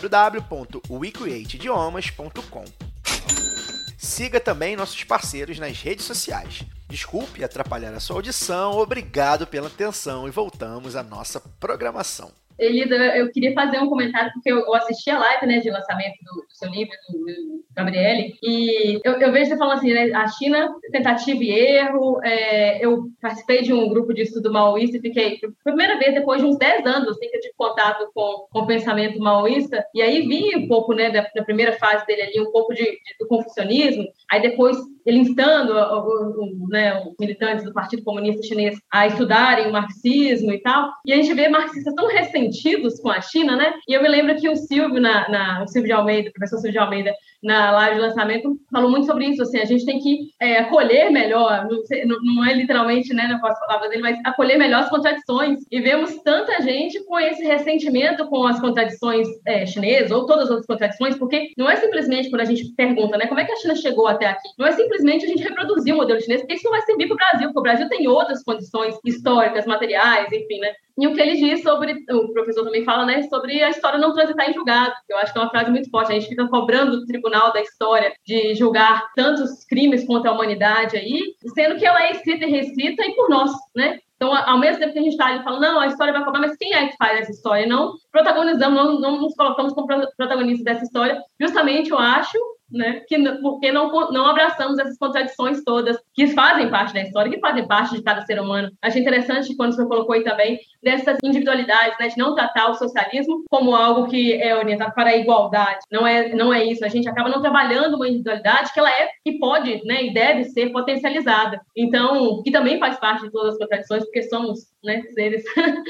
S7: www.wecreateidiomas.com. Siga também nossos parceiros nas redes sociais. Desculpe atrapalhar a sua audição, obrigado pela atenção e voltamos à nossa programação.
S6: Elida, eu queria fazer um comentário, porque eu assisti a live, né, de lançamento do seu livro, do Gabriele, e eu vejo você falando assim, né, a China, tentativa e erro, eu participei de um grupo de estudo maoísta e fiquei, pela primeira vez, depois de uns 10 anos, assim, que eu tive contato com o pensamento maoísta, e aí vi um pouco, né, da primeira fase dele ali, um pouco do confucionismo, aí depois ele instando os militantes do Partido Comunista Chinês a estudarem o marxismo e tal, e a gente vê marxistas tão ressentidos ressentidos com a China, né? E eu me lembro que o Silvio, o Silvio de Almeida, o professor Silvio de Almeida, na live de lançamento, falou muito sobre isso, assim, a gente tem que acolher melhor, não é literalmente, né, não posso falar dele, mas acolher melhor as contradições, e vemos tanta gente com esse ressentimento com as contradições chinesas, ou todas as outras contradições, porque não é simplesmente quando a gente pergunta, né, como é que a China chegou até aqui, não é simplesmente a gente reproduzir o modelo chinês, porque isso não vai servir para o Brasil, porque o Brasil tem outras condições históricas, materiais, enfim, né, e o que ele diz sobre, o professor também fala, né, sobre a história não transitar em julgado, que eu acho que é uma frase muito forte, a gente fica cobrando do tribunal da história de julgar tantos crimes contra a humanidade aí, sendo que ela é escrita e reescrita e por nós, né? Então, ao mesmo tempo que a gente está ali falando, não, a história vai acabar, mas quem é que faz essa história? Não protagonizamos, não nos colocamos como protagonistas dessa história, justamente, eu acho, né, porque não abraçamos essas contradições todas que fazem parte da história, que fazem parte de cada ser humano. Achei interessante quando você colocou aí também dessas individualidades, né, de não tratar o socialismo como algo que é orientado para a igualdade. Não é isso. A gente acaba não trabalhando uma individualidade que ela é e pode, né, e deve ser potencializada. Então, que também faz parte de todas as contradições, porque somos, né, seres.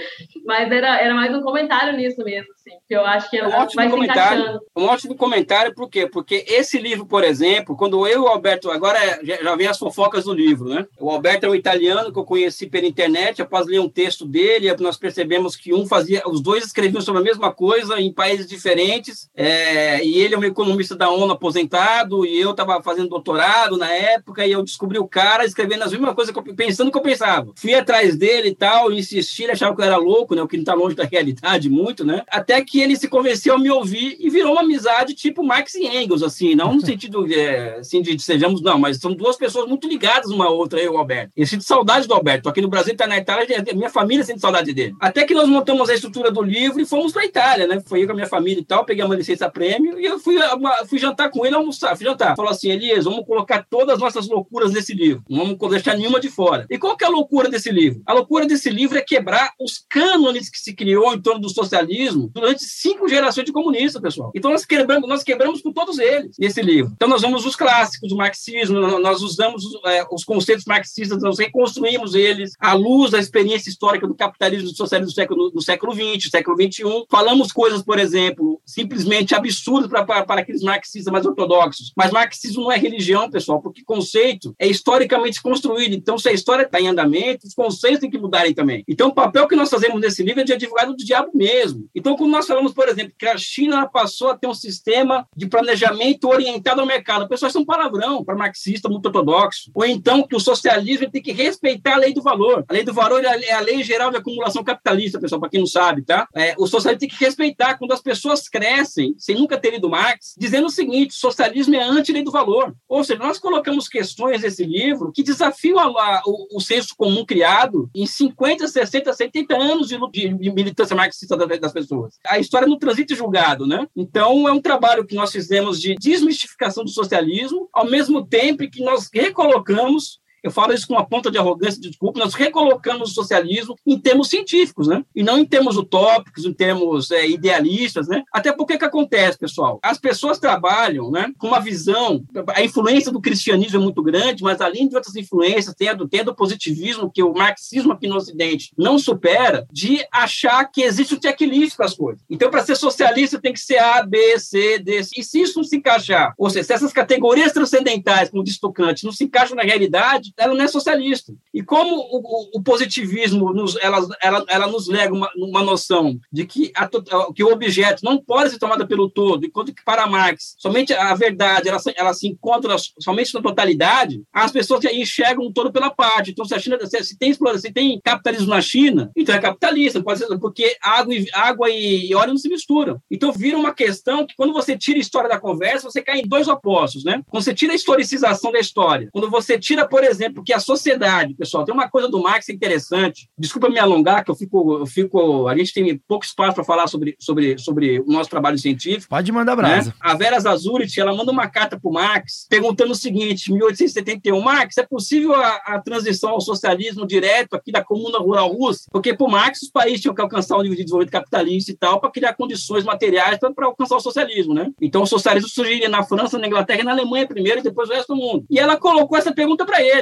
S6: Mas era mais um comentário nisso mesmo, assim, que eu acho que vai se encaixando.
S4: Um ótimo comentário, por quê? Porque esse livro, por exemplo, quando eu e o Alberto, agora já vem as fofocas do livro, né? O Alberto é um italiano que eu conheci pela internet, após ler um texto dele, nós percebemos que os dois escreviam sobre a mesma coisa em países diferentes, e ele é um economista da ONU aposentado, e eu estava fazendo doutorado na época, e eu descobri o cara escrevendo as mesmas coisas, pensando o que eu pensava. Fui atrás dele e tal, insisti, ele achava que eu era louco, né? O que não está longe da realidade muito, né? Até que ele se convenceu a me ouvir e virou uma amizade tipo Marx e Engels, assim, não no sentido assim, de sejamos, não, mas são duas pessoas muito ligadas uma à outra, eu e o Alberto. Eu sinto saudade do Alberto. Tô aqui no Brasil, tá na Itália, minha família sente saudade dele. Até que nós montamos a estrutura do livro e fomos para a Itália, né? Foi eu com a minha família e tal, peguei uma licença prêmio e eu fui jantar com ele, almoçar, fui jantar. Falou assim, Elias, vamos colocar todas as nossas loucuras nesse livro, não vamos deixar nenhuma de fora. E qual que é a loucura desse livro? A loucura desse livro é quebrar os cânones que se criou em torno do socialismo durante 5 gerações de comunistas, pessoal. Então nós quebramos com todos eles nesse livro. Então nós vamos os clássicos do marxismo, nós usamos os conceitos marxistas, nós reconstruímos eles à luz da experiência histórica do capitalismo e do socialismo do século XX, século XXI. Falamos coisas, por exemplo, simplesmente absurdas para aqueles marxistas mais ortodoxos. Mas marxismo não é religião, pessoal, porque conceito é historicamente construído. Então, se a história está em andamento, os conceitos têm que mudarem também. Então, o papel que nós fazemos nesse livro é de advogado do diabo mesmo. Então, quando nós falamos, por exemplo, que a China passou a ter um sistema de planejamento orientado ao mercado, pessoal, isso é um palavrão para marxista muito ortodoxo. Ou então que o socialismo tem que respeitar a lei do valor. A lei do valor é a lei geral de acumulação capitalista, pessoal, para quem não sabe, tá? O socialismo tem que respeitar quando as pessoas crescem, sem nunca ter lido Marx, dizendo o seguinte, socialismo é anti-lei do valor. Ou seja, nós colocamos questões nesse livro que desafiam o senso comum criado em 50, 60, 70 anos de militância marxista das pessoas. A história não transita julgado, né? Então, é um trabalho que nós fizemos de desmistificação do socialismo, ao mesmo tempo que nós recolocamos, eu falo isso com uma ponta de arrogância, desculpa, nós recolocamos o socialismo em termos científicos, né? E não em termos utópicos, em termos idealistas, né? Até porque que acontece, pessoal? As pessoas trabalham, né, com uma visão, a influência do cristianismo é muito grande, mas além de outras influências, tem a do positivismo, que o marxismo aqui no Ocidente não supera, de achar que existe um checklist para as coisas. Então, para ser socialista, tem que ser A, B, C, D. E se isso não se encaixar, ou seja, se essas categorias transcendentais, como diz Tocante, não se encaixam na realidade, ela não é socialista. E como o positivismo ela nos lega uma noção de que o objeto não pode ser tomado pelo todo, enquanto que para Marx somente a verdade ela se encontra somente na totalidade, as pessoas enxergam o todo pela parte. Então, se a China se tem capitalismo na China, então é capitalista, pode ser, porque água e óleo não se misturam. Então vira uma questão que quando você tira a história da conversa, você cai em dois opostos, né? Quando você tira a historicização da história, quando você tira, por exemplo, porque a sociedade, pessoal, tem uma coisa do Marx interessante, desculpa me alongar, que eu fico a gente tem pouco espaço para falar sobre o nosso trabalho científico.
S3: Pode mandar brasa.
S4: Né? A Vera Zazurich, ela manda uma carta para o Marx, perguntando o seguinte, 1871, Marx, é possível a transição ao socialismo direto aqui da comuna rural russa? Porque, para o Marx, os países tinham que alcançar o nível de desenvolvimento capitalista e tal, para criar condições materiais para alcançar o socialismo, né? Então, o socialismo surgiria na França, na Inglaterra e na Alemanha primeiro, e depois o resto do mundo. E ela colocou essa pergunta para ele.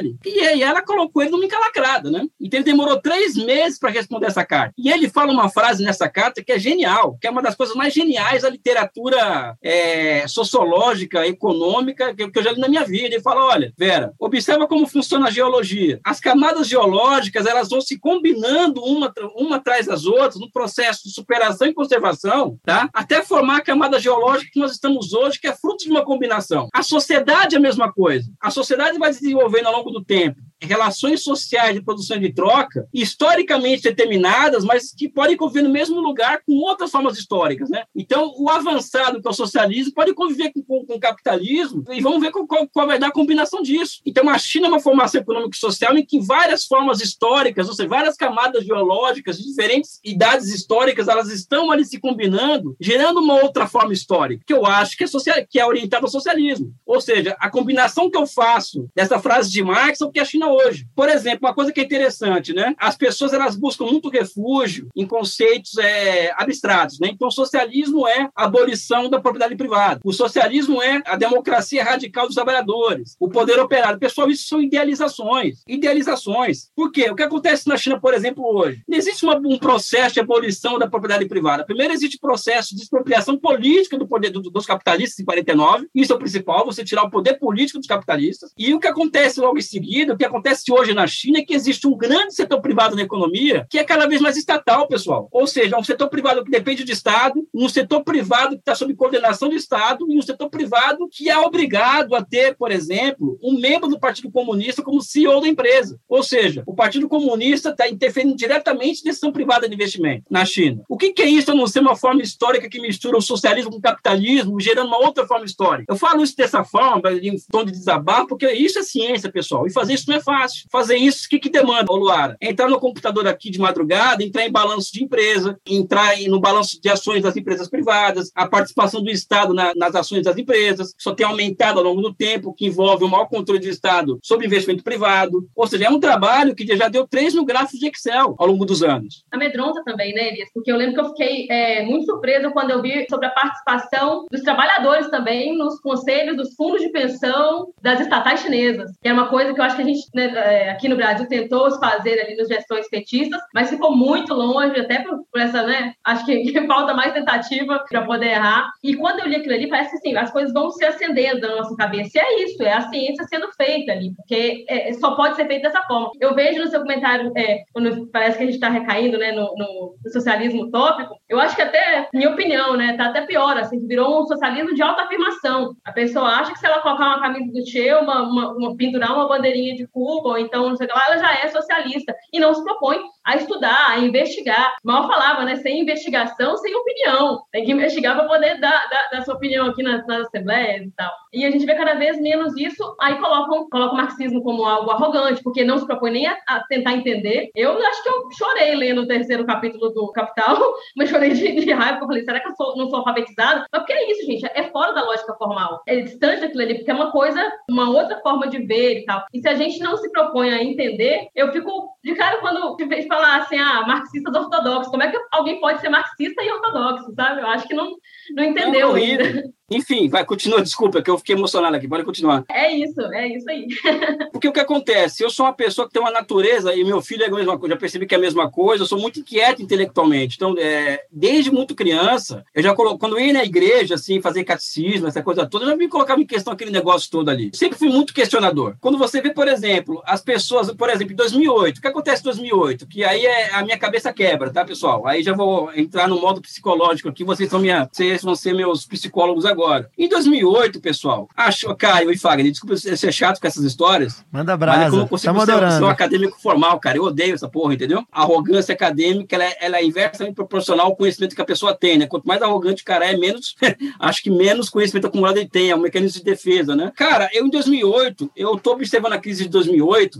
S4: ele. E ela colocou ele numa encalacrada, né? Então ele demorou 3 meses para responder essa carta. E ele fala uma frase nessa carta que é genial, que é uma das coisas mais geniais da literatura sociológica, econômica, que eu já li na minha vida. Ele fala, olha, Vera, observa como funciona a geologia. As camadas geológicas, elas vão se combinando uma atrás das outras, no processo de superação e conservação, tá? Até formar a camada geológica que nós estamos hoje, que é fruto de uma combinação. A sociedade é a mesma coisa. A sociedade vai se desenvolvendo ao longo do tempo relações sociais de produção e de troca, historicamente determinadas, mas que podem conviver no mesmo lugar com outras formas históricas, né? Então, o avançado, que é o socialismo, pode conviver com o capitalismo, e vamos ver qual vai dar a combinação disso. Então, a China é uma formação econômica e social em que várias formas históricas, ou seja, várias camadas geológicas de diferentes idades históricas, elas estão ali se combinando, gerando uma outra forma histórica, que eu acho que é orientada ao socialismo. Ou seja, a combinação que eu faço dessa frase de Marx é o que a China hoje. Por exemplo, uma coisa que é interessante, né? As pessoas, elas buscam muito refúgio em conceitos abstratos, né? Então, o socialismo é a abolição da propriedade privada. O socialismo é a democracia radical dos trabalhadores. O poder operário. Pessoal, isso são idealizações. Idealizações. Por quê? O que acontece na China, por exemplo, hoje? Não existe um processo de abolição da propriedade privada. Primeiro, existe processo de expropriação política do poder dos capitalistas em 49. Isso é o principal, você tirar o poder político dos capitalistas. E o que acontece logo em seguida, o que acontece hoje na China é que existe um grande setor privado na economia que é cada vez mais estatal, pessoal. Ou seja, um setor privado que depende do Estado, um setor privado que está sob coordenação do Estado e um setor privado que é obrigado a ter, por exemplo, um membro do Partido Comunista como CEO da empresa. Ou seja, o Partido Comunista está interferindo diretamente na decisão privada de investimento na China. O que é isso a não ser uma forma histórica que mistura o socialismo com o capitalismo, gerando uma outra forma histórica? Eu falo isso dessa forma, em tom de desabafo, porque isso é ciência, pessoal. E fazer isso não é fácil. Fazer isso, o que demanda, Luara? Entrar no computador aqui de madrugada, entrar em balanço de empresa, entrar no balanço de ações das empresas privadas, a participação do Estado nas ações das empresas, que só tem aumentado ao longo do tempo, que envolve o maior controle do Estado sobre investimento privado. Ou seja, é um trabalho que já deu 3 mil gráficos de Excel ao longo dos anos.
S6: Amedronta também, né, Elias? Porque eu lembro que eu fiquei muito surpresa quando eu vi sobre a participação dos trabalhadores também nos conselhos dos fundos de pensão das estatais chinesas, que é uma coisa que eu acho que a gente, né, aqui no Brasil tentou fazer ali nas gestões petistas, mas ficou muito longe, até por essa, né, acho que falta mais tentativa para poder errar. E quando eu li aquilo ali, parece que assim, as coisas vão se acendendo na nossa cabeça. E é isso, é a ciência sendo feita ali, porque só pode ser feita dessa forma. Eu vejo no seu comentário, quando parece que a gente está recaindo, né, no socialismo utópico, eu acho que até, minha opinião, né, tá até pior, assim, virou um socialismo de autoafirmação. A pessoa acha que se ela colocar uma camisa do Che, pendurar uma bandeirinha de Cuba, ou então, não sei o que lá, ela já é socialista. E não se propõe a estudar, a investigar. Mal falava, né? Sem investigação, sem opinião. Tem que investigar para poder dar sua opinião aqui nas assembleias e tal. E a gente vê cada vez menos isso, aí colocam o marxismo como algo arrogante, porque não se propõe nem a tentar entender. Eu acho que eu chorei lendo o 3º capítulo do Capital, mas chorei de raiva, porque eu falei, será que eu não sou alfabetizado? Mas porque é isso, gente, é fora da lógica formal. É distante daquilo ali, porque é uma coisa, uma outra forma de ver e tal. E se a gente não se propõe a entender, eu fico de cara quando te falar assim, marxistas ortodoxos. Como é que alguém pode ser marxista e ortodoxo, sabe? Eu acho que não entendeu ainda.
S4: Enfim, continua, desculpa, que eu fiquei emocionado aqui, pode continuar.
S6: É isso aí.
S4: Porque o que acontece? Eu sou uma pessoa que tem uma natureza, e meu filho é a mesma coisa, já percebi que é a mesma coisa, eu sou muito inquieto intelectualmente. Então, desde muito criança, quando eu ia na igreja, assim, fazer catecismo, essa coisa toda, eu já me colocava em questão aquele negócio todo ali. Sempre fui muito questionador. Quando você vê, por exemplo, as pessoas, por exemplo, em 2008, o que acontece em 2008? Que aí a minha cabeça quebra, tá, pessoal? Aí já vou entrar no modo psicológico aqui, vocês vão ser meus psicólogos agora. Em 2008, pessoal, Caio e Fagner, desculpa ser chato com essas histórias.
S3: Manda brasa,
S4: mas eu não consigo ser um acadêmico formal, cara. Eu odeio essa porra, entendeu? A arrogância acadêmica, ela é inversamente proporcional ao conhecimento que a pessoa tem, né? Quanto mais arrogante o cara é, menos, acho que menos conhecimento acumulado ele tem, é um mecanismo de defesa, né? Cara, eu em 2008, eu tô observando a crise de 2008,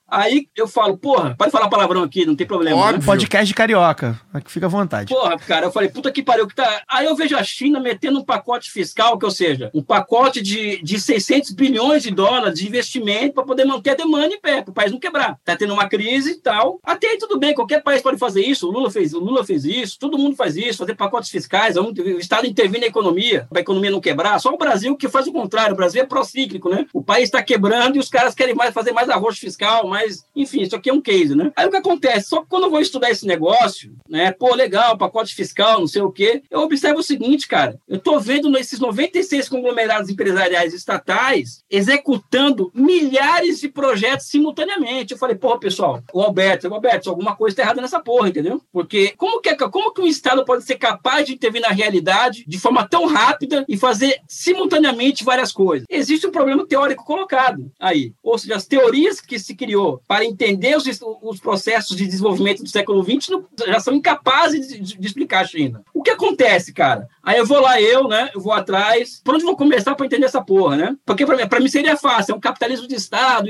S4: Aí eu falo, porra, pode falar palavrão aqui, não tem problema.
S5: Óbvio.
S4: Né?
S3: Podcast de carioca. Aqui fica à vontade.
S4: Porra, cara, eu falei, puta que pariu, que tá... Aí eu vejo a China metendo um pacote fiscal, ou seja, um pacote de 600 bilhões de dólares de investimento para poder manter a demanda em pé, para o país não quebrar. Tá tendo uma crise e tal. Até aí tudo bem, qualquer país pode fazer isso. O Lula fez isso, todo mundo faz isso, fazer pacotes fiscais, o Estado intervir na economia, para a economia não quebrar. Só o Brasil que faz o contrário. O Brasil é procíclico, né? O país está quebrando e os caras querem fazer mais arroz fiscal, mas, enfim, isso aqui é um case, né? Aí o que acontece? Só que quando eu vou estudar esse negócio, né? Pô, legal, pacote fiscal, não sei o quê, eu observo o seguinte, cara, eu tô vendo esses 96 conglomerados empresariais estatais executando milhares de projetos simultaneamente. Eu falei, porra, pessoal, o Alberto, alguma coisa tá errada nessa porra, entendeu? Porque como que um Estado pode ser capaz de intervir na realidade de forma tão rápida e fazer simultaneamente várias coisas? Existe um problema teórico colocado aí. Ou seja, as teorias que se criou para entender os processos de desenvolvimento do século XX já são incapazes de explicar a China. O que acontece, cara? Aí eu vou lá, eu vou atrás. Por onde eu vou começar para entender essa porra, né? Porque para mim seria fácil. É um capitalismo de Estado,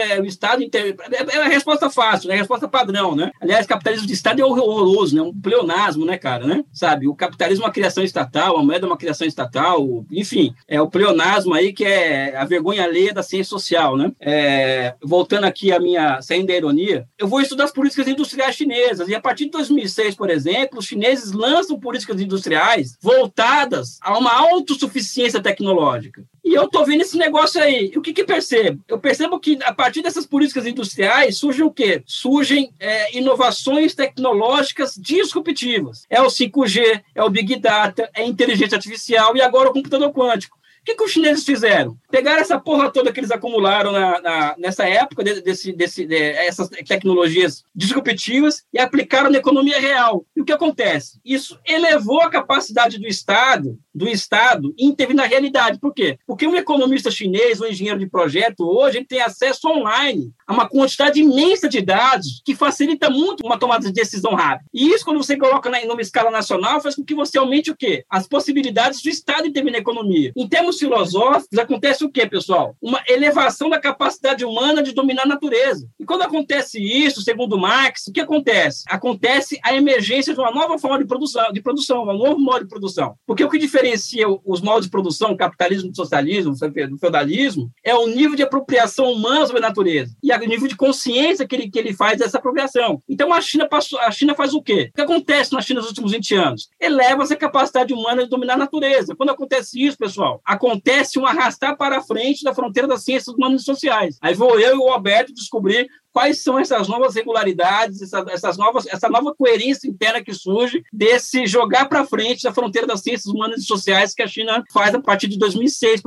S4: é a resposta fácil, né? A resposta padrão, né? Aliás, capitalismo de Estado é horroroso, né? Um pleonasmo, né, cara, né? Sabe? O capitalismo é uma criação estatal, a moeda é uma criação estatal, enfim, é o pleonasmo aí que é a vergonha alheia da ciência social, né? Voltando aqui saindo da ironia, eu vou estudar as políticas industriais chinesas e a partir de 2006, por exemplo, os chineses lançam políticas industriais voltadas a uma autossuficiência tecnológica. E eu tô vendo esse negócio aí. E o que percebo? Eu percebo que, a partir dessas políticas industriais, surgem o quê? Surgem inovações tecnológicas disruptivas. É o 5G, é o Big Data, é a inteligência artificial e agora o computador quântico. O que os chineses fizeram? Pegaram essa porra toda que eles acumularam nessa época, essas tecnologias disruptivas, e aplicaram na economia real. E o que acontece? Isso elevou a capacidade do Estado intervir na realidade. Por quê? Porque um economista chinês, um engenheiro de projeto, hoje ele tem acesso online a uma quantidade imensa de dados que facilita muito uma tomada de decisão rápida. E isso, quando você coloca numa escala nacional, faz com que você aumente o quê? As possibilidades do Estado intervir na economia. Em termos filosóficos, acontece o quê, pessoal? Uma elevação da capacidade humana de dominar a natureza. E quando acontece isso, segundo Marx, o que acontece? Acontece a emergência de uma nova forma de produção, um novo modo de produção. Porque o que diferencia os modos de produção, o capitalismo, do socialismo, do feudalismo, é o nível de apropriação humana sobre a natureza e o nível de consciência que ele faz dessa apropriação. Então, a China faz o quê? O que acontece na China nos últimos 20 anos? Eleva-se a capacidade humana de dominar a natureza. Quando acontece isso, pessoal, acontece um arrastar para a frente da fronteira das ciências humanas e sociais. Aí vou eu e o Alberto descobrir quais são essas novas regularidades, essa nova coerência interna que surge desse jogar para frente da fronteira das ciências humanas e sociais que a China faz a partir de 2006,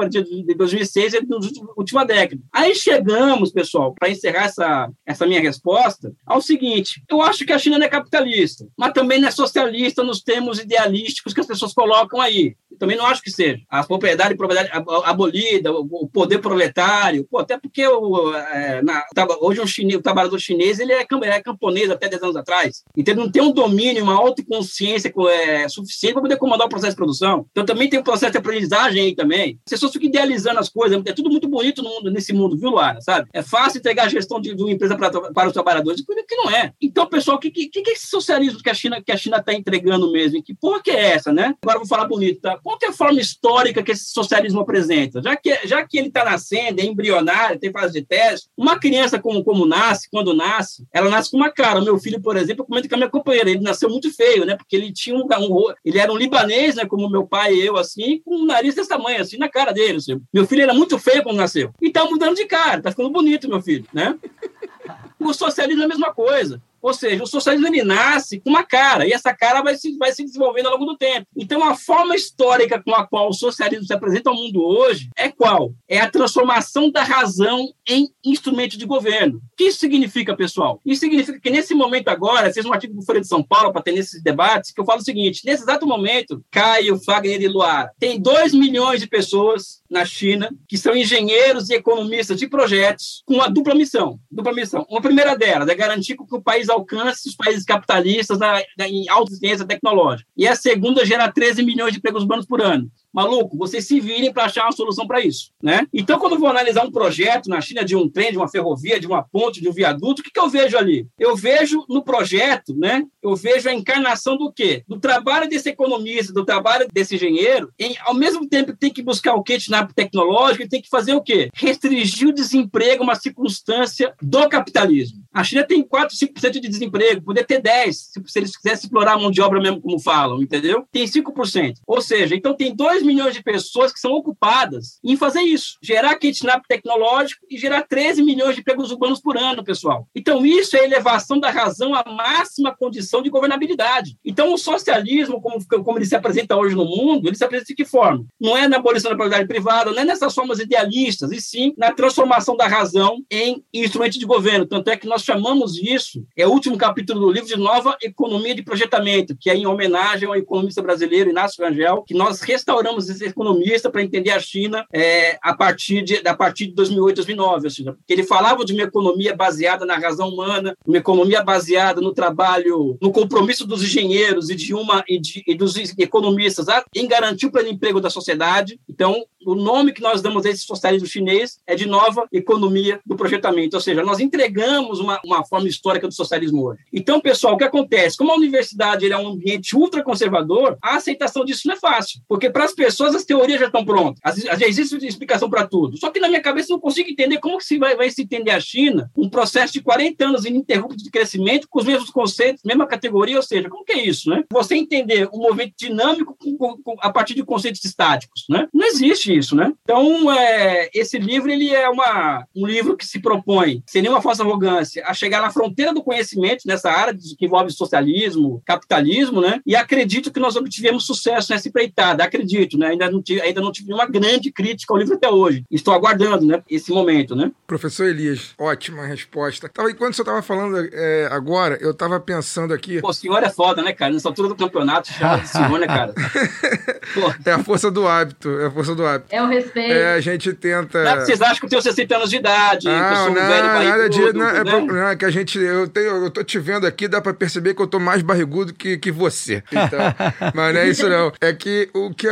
S4: e na última década. Aí chegamos, pessoal, para encerrar essa minha resposta, ao seguinte: eu acho que a China não é capitalista, mas também não é socialista nos termos idealísticos que as pessoas colocam aí. Eu também não acho que seja. A propriedade abolida, o poder proletário, até porque hoje o trabalhador chinês ele é camponês até 10 anos atrás. Então, ele não tem um domínio, uma autoconsciência suficiente para poder comandar o processo de produção. Então, também tem um processo de aprendizagem aí também. As pessoas ficam idealizando as coisas. É tudo muito bonito nesse mundo, viu, Luara? Sabe? É fácil entregar a gestão de uma empresa para os trabalhadores, que não é. Então, pessoal, o que é esse socialismo que a China está entregando mesmo? Que porra que é essa, né? Agora eu vou falar bonito, tá? Qual que é a forma histórica que esse socialismo apresenta? Já que ele está nascendo, é embrionário, tem fase de teste, uma criança quando nasce, ela nasce com uma cara. O meu filho, por exemplo, eu comento com a minha companheira, ele nasceu muito feio, né? Porque ele tinha ele era um libanês, né? Como meu pai e eu, assim, com um nariz desse tamanho, assim, na cara dele. Assim. Meu filho era muito feio quando nasceu. E tá mudando de cara, tá ficando bonito, meu filho, né? O socialismo é a mesma coisa. Ou seja, o socialismo ele nasce com uma cara, e essa cara vai se desenvolvendo ao longo do tempo. Então, a forma histórica com a qual o socialismo se apresenta ao mundo hoje é qual? É a transformação da razão em instrumento de governo. O que isso significa, pessoal? Isso significa que, nesse momento agora, fez um artigo do Folha de São Paulo para ter nesses debates, que eu falo o seguinte: nesse exato momento, Caio, Fagner e Luara, tem 2 milhões de pessoas na China que são engenheiros e economistas de projetos com uma dupla missão. Uma primeira delas é garantir que o país alcance os países capitalistas em alta ciência tecnológica. E a segunda gera 13 milhões de empregos urbanos por ano. maluco, vocês se virem para achar uma solução para isso, né? Então, quando eu vou analisar um projeto na China de um trem, de uma ferrovia, de uma ponte, de um viaduto, o que eu vejo ali? Eu vejo no projeto, né? Eu vejo a encarnação do quê? Do trabalho desse economista, do trabalho desse engenheiro, ao mesmo tempo que tem que buscar o kidnap tecnológico, ele tem que fazer o quê? Restringir o desemprego, uma circunstância do capitalismo. A China tem 4, 5% de desemprego, poderia ter 10%, se eles quisessem explorar a mão de obra mesmo, como falam, entendeu? Tem 5%. Ou seja, então tem 2 milhões de pessoas que são ocupadas em fazer isso, gerar kidnap tecnológico e gerar 13 milhões de empregos urbanos por ano, pessoal. Então isso é elevação da razão à máxima condição de governabilidade. Então o socialismo, como ele se apresenta hoje no mundo, ele se apresenta de que forma? Não é na abolição da propriedade privada, não é nessas formas idealistas, e sim na transformação da razão em instrumento de governo. Tanto é que nós chamamos isso, é o último capítulo do livro, de nova economia de projetamento, que é em homenagem ao economista brasileiro Inácio Rangel, que nós restauramos esse economista para entender a China a partir de 2008, 2009, ou seja, porque ele falava de uma economia baseada na razão humana, uma economia baseada no trabalho, no compromisso dos engenheiros e dos economistas em garantir o pleno emprego da sociedade. Então, o nome que nós damos a esse socialismo chinês é de nova economia do projetamento, ou seja, nós entregamos uma forma histórica do socialismo hoje. Então, pessoal, o que acontece? Como a universidade é um ambiente ultraconservador, a aceitação disso não é fácil, porque para as pessoas as teorias já estão prontas, já existe explicação para tudo. Só que na minha cabeça eu não consigo entender como que vai se entender a China, um processo de 40 anos ininterrupto de crescimento, com os mesmos conceitos, mesma categoria, ou seja, como que é isso, né? Você entender um movimento dinâmico a partir de conceitos estáticos, né? Não existe isso, né? Então, esse livro, ele é um livro que se propõe, sem nenhuma falsa arrogância, a chegar na fronteira do conhecimento, nessa área que envolve socialismo, capitalismo, né? E acredito que nós obtivemos sucesso nessa empreitada, acredito, né? Ainda não tive nenhuma grande crítica ao livro até hoje. Estou aguardando, né? Esse momento, né?
S5: Professor Elias, ótima resposta. Enquanto você estava falando agora, eu estava pensando aqui...
S4: Pô, o senhor é foda, né, cara? Nessa altura do campeonato, chama de senhor, né, cara? Pô.
S5: É a força do hábito,
S6: É o respeito.
S5: A gente tenta...
S4: Não é que vocês acham que eu tenho 60 anos de idade, que eu sou um velho barrigudo,
S5: não, é que a gente... Eu tô te vendo aqui, dá pra perceber que eu tô mais barrigudo que você. Então, mas não é isso, não. É que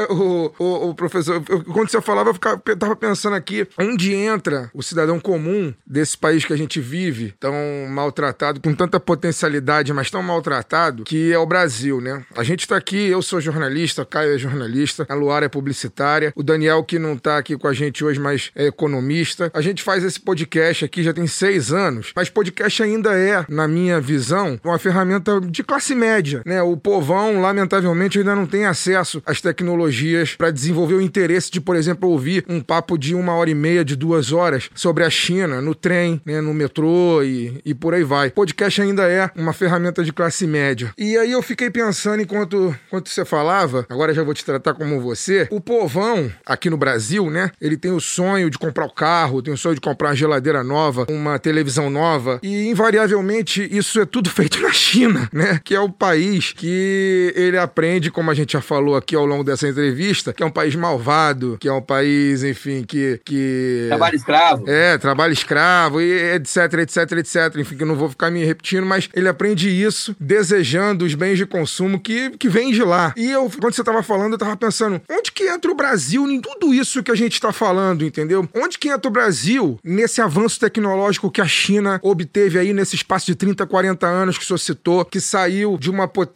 S5: o professor... Quando você falava, eu tava pensando aqui, onde entra o cidadão comum desse país que a gente vive, tão maltratado, com tanta potencialidade, mas tão maltratado, que é o Brasil, né? A gente tá aqui, eu sou jornalista, o Caio é jornalista, a Luara é publicitária, o Daniel, que não tá aqui com a gente hoje, mas é economista. A gente faz esse podcast aqui já tem 6 anos, mas podcast ainda é, na minha visão, uma ferramenta de classe média, né? O povão, lamentavelmente, ainda não tem acesso às tecnologias para desenvolver o interesse de, por exemplo, ouvir um papo de 1h30, de 2 horas sobre a China, no trem, né? No metrô e por aí vai. Podcast ainda é uma ferramenta de classe média. E aí eu fiquei pensando, enquanto você falava, agora já vou te tratar como você, o povão, aqui no Brasil, né? Ele tem o sonho de comprar o carro, tem o sonho de comprar uma geladeira nova, uma televisão nova, e invariavelmente isso é tudo feito na China, né? Que é o país que ele aprende, como a gente já falou aqui ao longo dessa entrevista, que é um país malvado, que é um país, enfim, que...
S4: Trabalho escravo.
S5: Trabalho escravo, e etc, enfim, que eu não vou ficar me repetindo, mas ele aprende isso desejando os bens de consumo que vêm de lá. E quando você estava falando, eu estava pensando, onde que entra o Brasil em tudo isso que a gente está falando, entendeu? Onde que entra o Brasil nesse avanço tecnológico que a China obteve aí nesse espaço de 30, 40 anos que o senhor citou, que saiu de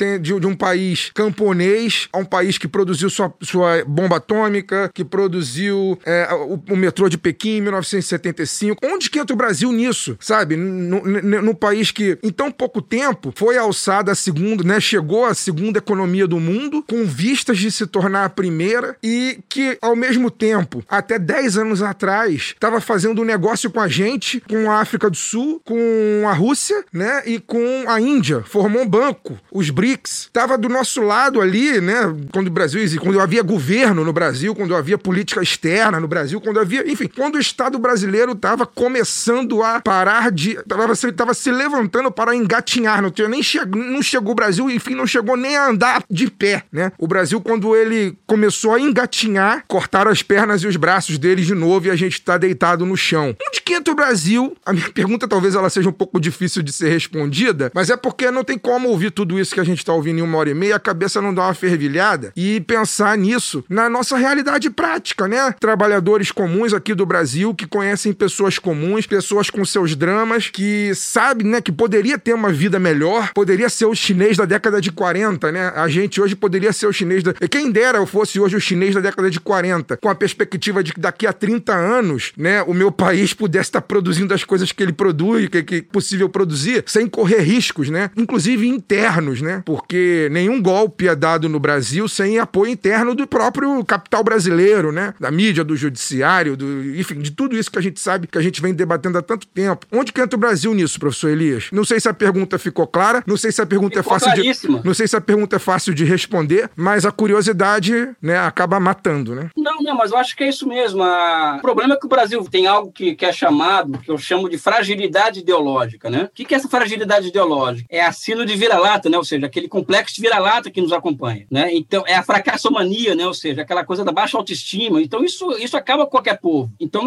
S5: um país camponês a um país que produziu sua bomba atômica, que produziu o metrô de Pequim em 1975. Onde que entra o Brasil nisso, sabe? No país que, em tão pouco tempo, foi alçada a segunda, né? Chegou a segunda economia do mundo, com vistas de se tornar a primeira, e que, ao mesmo tempo, até 10 anos atrás, estava fazendo um negócio com a gente, com a África do Sul, com a Rússia, né? E com a Índia. Formou um banco, os BRICS. Estava do nosso lado ali, né? Quando havia governo no Brasil, quando havia política externa no Brasil, quando o Estado brasileiro estava começando a parar de... Estava se levantando para engatinhar. Não chegou o Brasil, enfim, não chegou nem a andar de pé, né? O Brasil, quando ele começou a engatinhar, cortaram as pernas e os braços dele de novo e a gente está deitado no chão. Onde que entra o Brasil? A minha pergunta talvez ela seja um pouco difícil de ser respondida, mas é porque não tem como ouvir tudo isso que a gente está ouvindo em 1h30 e a cabeça não dá uma fervilhada e pensar nisso isso na nossa realidade prática, né? Trabalhadores comuns aqui do Brasil que conhecem pessoas comuns, pessoas com seus dramas, que sabem, né, que poderia ter uma vida melhor, poderia ser o chinês da década de 40, né? A gente hoje poderia ser o chinês da... Quem dera eu fosse hoje o chinês da década de 40, com a perspectiva de que daqui a 30 anos, né, o meu país pudesse estar produzindo as coisas que ele produz, que é possível produzir, sem correr riscos, né? Inclusive internos, né? Porque nenhum golpe é dado no Brasil sem apoio interno do próprio capital brasileiro, né? Da mídia, do judiciário, enfim, de tudo isso que a gente sabe, que a gente vem debatendo há tanto tempo. Onde que entra o Brasil nisso, professor Elias? Não sei se a pergunta ficou clara, não sei se a pergunta não sei se a pergunta é fácil de responder, mas a curiosidade, né, acaba matando, né?
S4: Não, mas eu acho que é isso mesmo. O problema é que o Brasil tem algo que é chamado, que eu chamo de fragilidade ideológica, né? O que é essa fragilidade ideológica? É a síndrome de vira-lata, né? Ou seja, aquele complexo de vira-lata que nos acompanha, né? Então, é a fracassomania, né? Ou seja, aquela coisa da baixa autoestima. Então, isso acaba com qualquer povo. Então,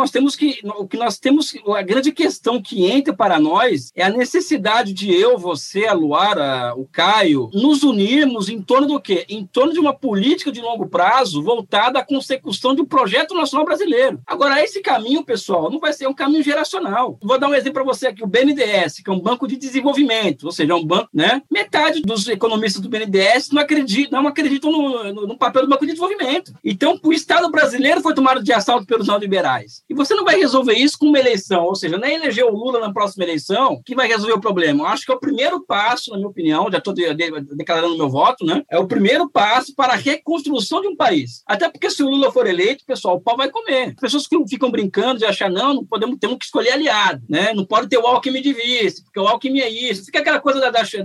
S4: a grande questão que entra para nós é a necessidade de eu, você, a Luara, o Caio, nos unirmos em torno do quê? Em torno de uma política de longo prazo voltada à consecução de um projeto nacional brasileiro. Agora, esse caminho, pessoal, não vai ser um caminho geracional. Vou dar um exemplo para você aqui, o BNDES, que é um banco de desenvolvimento, ou seja, é um banco, né? Metade dos economistas do BNDES não acreditam no papel do Banco de Desenvolvimento. Então, o Estado brasileiro foi tomado de assalto pelos neoliberais. E você não vai resolver isso com uma eleição, ou seja, não é eleger o Lula na próxima eleição que vai resolver o problema. Eu acho que é o primeiro passo, na minha opinião, já estou declarando meu voto, né? É o primeiro passo para a reconstrução de um país. Até porque se o Lula for eleito, pessoal, o pau vai comer. As pessoas que ficam brincando de achar, não podemos, temos que escolher aliado, né? Não pode ter o Alckmin de vice, porque o Alckmin é isso. Fica aquela coisa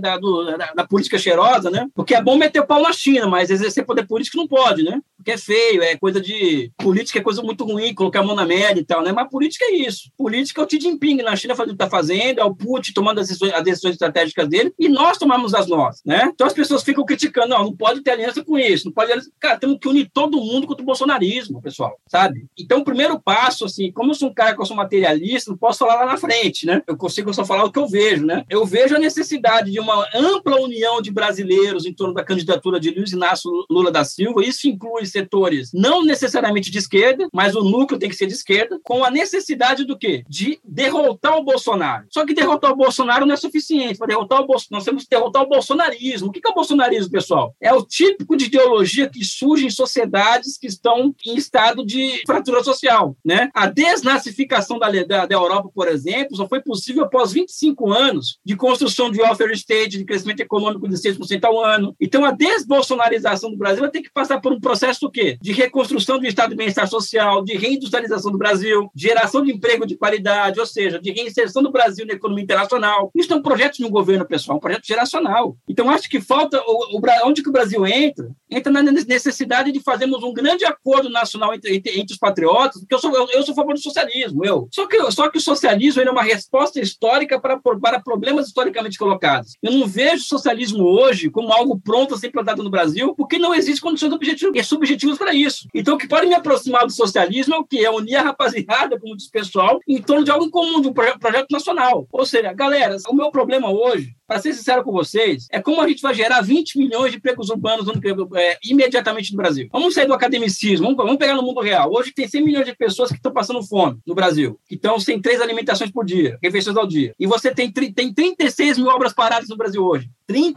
S4: da política cheirosa, né? Porque é bom meter o pau na China, mas exercer poder político não pode, né? Porque é feio, é coisa de... Política é coisa muito ruim, colocar a mão na média e tal, né? Mas política é isso. Política é o Xi Jinping na China fazendo o que está fazendo, é o Putin tomando as decisões estratégicas dele, e nós tomamos as nossas, né? Então as pessoas ficam criticando, não pode ter aliança com isso, não pode... Cara, temos que unir todo mundo contra o bolsonarismo, pessoal, sabe? Então o primeiro passo, assim, como eu sou um cara que eu sou materialista, não posso falar lá na frente, né? Eu consigo só falar o que eu vejo, né? Eu vejo a necessidade de uma ampla união de brasileiros em torno da candidatura de Luiz Inácio Lula da Silva. Isso inclui setores não necessariamente de esquerda, mas o núcleo tem que ser de esquerda, com a necessidade do quê? De derrotar o Bolsonaro. Só que derrotar o Bolsonaro não é suficiente. Para derrotar o Bolsonaro, nós temos que derrotar o bolsonarismo. O que é o bolsonarismo, pessoal? É o típico de ideologia que surge em sociedades que estão em estado de fratura social, né? A desnazificação da Europa, por exemplo, só foi possível após 25 anos de construção de welfare state, de crescimento econômico de 6% ao ano. Então, a desbolsonarização do Brasil vai ter que passar por um processo do quê? De reconstrução do estado de bem-estar social, de reindustrialização do Brasil, de geração de emprego de qualidade, ou seja, de reinserção do Brasil na economia internacional. Isso é um projeto de um governo, pessoal, um projeto geracional. Então, acho que falta... Onde que o Brasil entra? Entra na necessidade de fazermos um grande acordo nacional entre os patriotas, porque eu sou a favor do socialismo, Só que o socialismo ele é uma resposta histórica para problemas historicamente colocados. Eu não vejo o socialismo hoje como algo pronto a ser implantado no Brasil, porque não existe condições subjetivas para isso. Então, o que pode me aproximar do socialismo é o quê? É unir a rapaziada, como diz o pessoal, em torno de algo comum, de um projeto nacional. Ou seja, galera, o meu problema hoje, para ser sincero com vocês, é como a gente vai gerar 20 milhões de empregos urbanos imediatamente no Brasil. Vamos sair do academicismo, vamos pegar no mundo real. Hoje tem 100 milhões de pessoas que estão passando fome no Brasil, que estão sem 3 alimentações por dia, refeições ao dia. E você tem 36 mil obras paradas no Brasil hoje.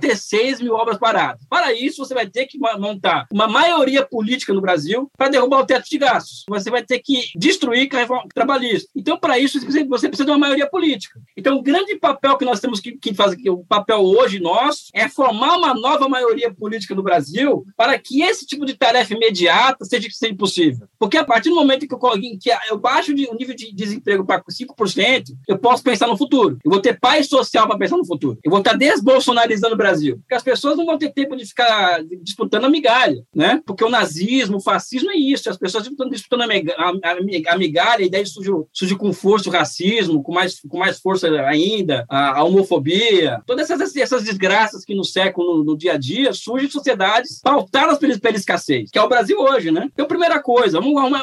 S4: 36 mil obras paradas. Para isso, você vai ter que montar uma maioria política no Brasil para derrubar o teto de gastos. Você vai ter que destruir a reforma trabalhista. Então, para isso, você precisa de uma maioria política. Então, o grande papel que nós temos que fazer aqui, o papel hoje nosso, é formar uma nova maioria política no Brasil para que esse tipo de tarefa imediata seja possível. Porque a partir do momento que eu baixo o nível de desemprego para 5%, eu posso pensar no futuro. Eu vou ter paz social para pensar no futuro. Eu vou estar desbolsonarizando o Brasil. Porque as pessoas não vão ter tempo de ficar disputando a migalha, né? Porque o nazismo, o fascismo é isso. As pessoas estão disputando a migalha, e daí surge com força o racismo, com mais força ainda, a homofobia, Todas essas desgraças que nos secam no dia a dia surgem de sociedades pautadas pela escassez, que é o Brasil hoje, né? Então, primeira coisa,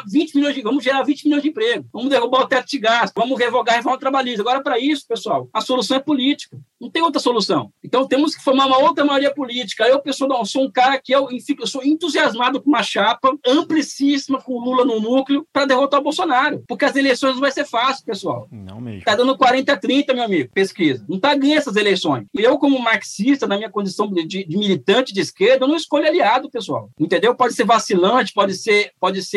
S4: vamos gerar 20 milhões de empregos, vamos derrubar o teto de gasto, vamos revogar a reforma trabalhista. Agora, para isso, pessoal, a solução é política. Não tem outra solução. Então, temos que formar uma outra maioria política. Eu, pessoal, sou um cara que eu sou entusiasmado com uma chapa amplicíssima, com o Lula no núcleo, para derrotar o Bolsonaro. Porque as eleições não vai ser fácil, pessoal.
S3: Não mesmo.
S4: Está dando 40-30, meu amigo, pesquisa. Não está ganhando essas eleições. E eu, como marxista, na minha condição de militante de esquerda, eu não escolho aliado, pessoal. Entendeu? Pode ser vacilante, pode ser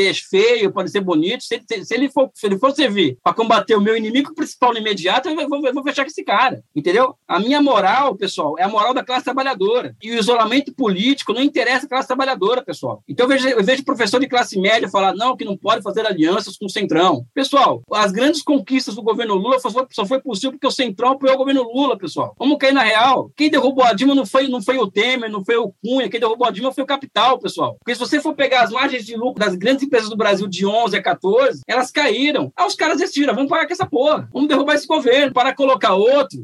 S4: feio, pode ser bonito. Se ele for servir para combater o meu inimigo principal no imediato, eu vou fechar com esse cara. Entendeu? A minha moral, pessoal, é a moral da classe trabalhadora. E o isolamento político não interessa a classe trabalhadora, pessoal. Então eu vejo professor de classe média falar que não pode fazer alianças com o Centrão. Pessoal, as grandes conquistas do governo Lula só foi possível porque o Centrão apoiou o governo Lula, pessoal. Vamos cair na real. Quem derrubou a Dilma não foi o Temer, não foi o Cunha. Quem derrubou a Dilma foi o capital, pessoal. Porque se você for pegar as margens de lucro das grandes empresas do Brasil de 11 a 14, elas caíram. Os caras decidiram, vamos parar com essa porra. Vamos derrubar esse governo para colocar outro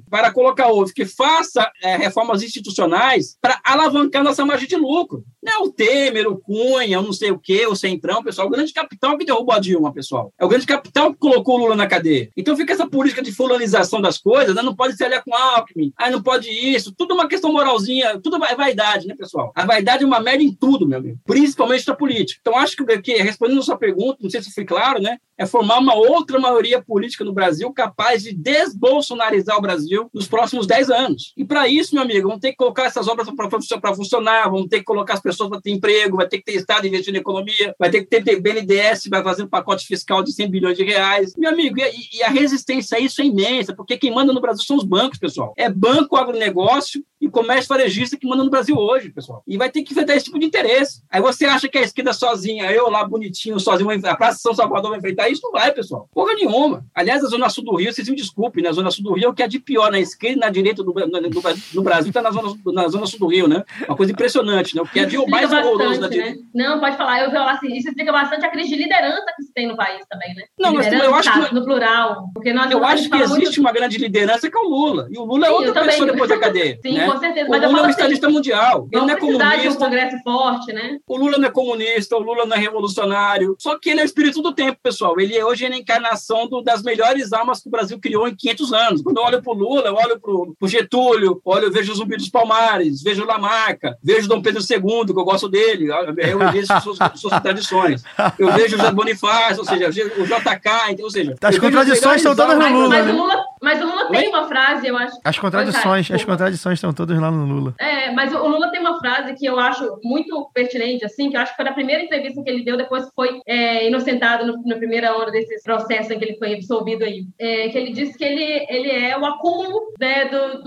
S4: que faça reformas institucionais para alavancar nossa margem de lucro. Não é o Temer, o Cunha, eu não sei o quê, o Centrão, pessoal. O grande capital que derrubou a Dilma, pessoal. É o grande capital que colocou o Lula na cadeia. Então fica essa política de fulanização das coisas, né? Não pode se aliar com Alckmin, não pode isso, tudo uma questão moralzinha, tudo é vaidade, né, pessoal? A vaidade é uma merda em tudo, meu amigo, principalmente na política. Então acho que respondendo a sua pergunta, não sei se foi claro, né, é formar uma outra maioria política no Brasil capaz de desbolsonarizar o Brasil nos próximos 10 anos. E para isso, meu amigo, vamos ter que colocar essas obras para funcionar, vamos ter que colocar as pessoas para ter emprego, vai ter que ter Estado investindo em economia, vai ter que ter BNDES, vai fazer um pacote fiscal de 100 bilhões de reais. Meu amigo, e a resistência a isso é imensa, porque quem manda no Brasil são os bancos, pessoal. É banco, agronegócio e comércio varejista que manda no Brasil hoje, pessoal. E vai ter que enfrentar esse tipo de interesse. Aí você acha que a esquerda sozinha, eu lá bonitinho, sozinho, a Praça São Salvador vai enfrentar isso? Não vai, pessoal. Porra nenhuma. Aliás, a Zona Sul do Rio, vocês me desculpem, né? A Zona Sul do Rio é o que é de pior na esquerda e na direita do Brasil está na Zona Sul do Rio, né? Uma coisa impressionante, né? O que é de mais horroroso da direita.
S6: Né? Não, pode falar. Eu vou falar assim, isso explica bastante a crise de liderança que se tem no país também, né?
S4: Não, mas eu acho que...
S6: no plural. Porque
S4: eu acho que existe uma grande liderança que é o Lula. E o Lula é outra pessoa depois da cadeia.
S6: Sim,
S4: né?
S6: com certeza.
S4: O Lula é um estadista mundial. Ele não é comunista.
S6: De um congresso forte, né?
S4: O Lula não é comunista, o Lula não é revolucionário. Só que ele é o espírito do tempo, pessoal. Ele hoje é a encarnação das melhores armas que o Brasil criou em 500 anos. Quando eu olho pro Lula, eu olho pro Getúlio, eu vejo o Zumbi dos Palmares, vejo o Lamarca, vejo Dom Pedro II, que eu gosto dele. Eu vejo suas contradições. Eu vejo o José Bonifácio, ou seja, o JK, ou seja...
S3: As contradições estão todas no Lula.
S6: Mas o Lula tem uma frase, eu acho...
S3: As contradições estão todas lá no Lula.
S6: Mas o Lula tem uma frase que eu acho muito pertinente, assim, que eu acho que foi a primeira entrevista que ele deu, depois foi inocentado na primeira hora desse processo em que ele foi absolvido aí. Que ele disse que ele é o acúmulo, né,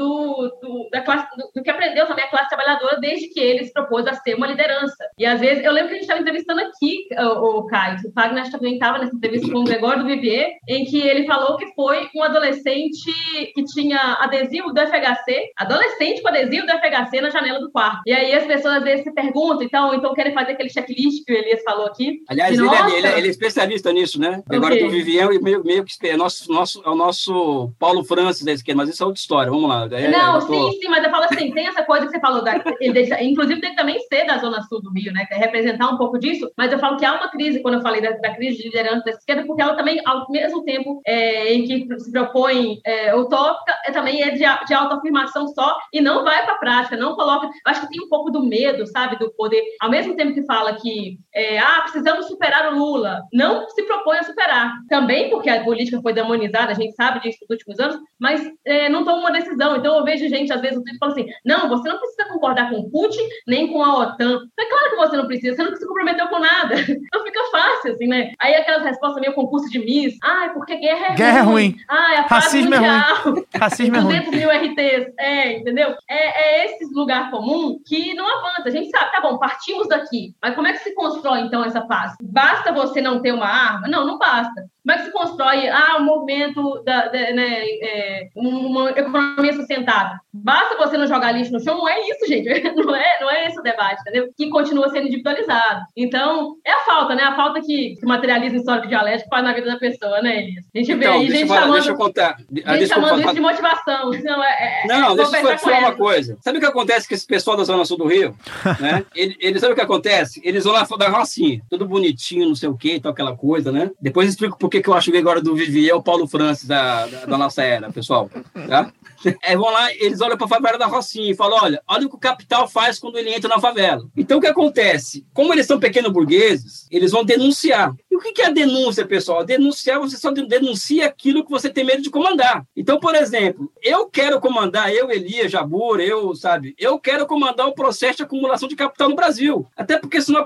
S6: da classe, do que aprendeu também a classe trabalhadora desde que ele se propôs a ser uma liderança. E às vezes, eu lembro que a gente estava entrevistando aqui o Caio, o Fagner também estava nessa entrevista com o Gregório do Vivier, em que ele falou que foi um adolescente que tinha adesivo do FHC, adolescente com adesivo do FHC na janela do quarto. E aí as pessoas às vezes se perguntam, então querem fazer aquele checklist que o Elias falou aqui.
S4: Aliás, ele é especialista nisso, né? Agora do Vivier meio que é o nosso Paulo Francis da esquerda, mas isso é outra história, vamos lá.
S6: Sim, mas eu falo assim, tem essa coisa que você falou, inclusive tem que também ser da Zona Sul do Rio, né? Representar um pouco disso, mas eu falo que há uma crise, quando eu falei da crise de liderança da esquerda, porque ela também, ao mesmo tempo em que se propõe utópica, também é de autoafirmação só, e não vai para a prática, não coloca... Eu acho que tem um pouco do medo, sabe, do poder. Ao mesmo tempo que fala que precisamos superar o Lula, não se propõe a superar. Também porque a política foi demonizada, a gente sabe disso nos últimos anos, mas não toma uma decisão. Então eu vejo gente, às vezes, no Twitter falando assim, não, você não precisa concordar com o Putin, nem com a OTAN. É claro que você não precisa se comprometeu com nada. Então fica fácil, assim, né? Aí aquelas respostas meio concurso de Miss, porque guerra é ruim. A paz
S3: racismo
S6: mundial.
S3: É ruim. Racismo é ruim.
S6: 200 mil RTs. Entendeu? É esse lugar comum que não avança. A gente sabe, tá bom, partimos daqui. Mas como é que se constrói, então, essa paz? Basta você não ter uma arma? Não basta. Como é que se constrói um movimento, uma economia sustentável. Basta você não jogar lixo no chão, não é isso, gente. Não é esse o debate, entendeu? Que continua sendo individualizado. Então, é a falta, né? A falta que o materialismo histórico dialético faz na vida da pessoa, né, Elias? A gente vê aí gente chamando...
S4: Deixa eu contar.
S6: Gente chamando isso de motivação.
S4: Não, deixa eu falar uma coisa. Sabe o que acontece com esse pessoal da Zona Sul do Rio? Né? Eles sabe o que acontece? Eles vão lá da Rocinha, tudo bonitinho, não sei o quê, tal, aquela coisa, né? Depois eu explico por que eu acho que agora do Vivier é o Paulo Francis da nossa era, pessoal. Tá? Aí vão lá, eles olham para a favela da Rocinha e falam, olha o que o capital faz quando ele entra na favela. Então, o que acontece? Como eles são pequenos burgueses, eles vão denunciar. E o que é a denúncia, pessoal? Denunciar, você só denuncia aquilo que você tem medo de comandar. Então, por exemplo, eu quero comandar, Elias Jabbour, eu quero comandar o processo de acumulação de capital no Brasil. Até porque se eu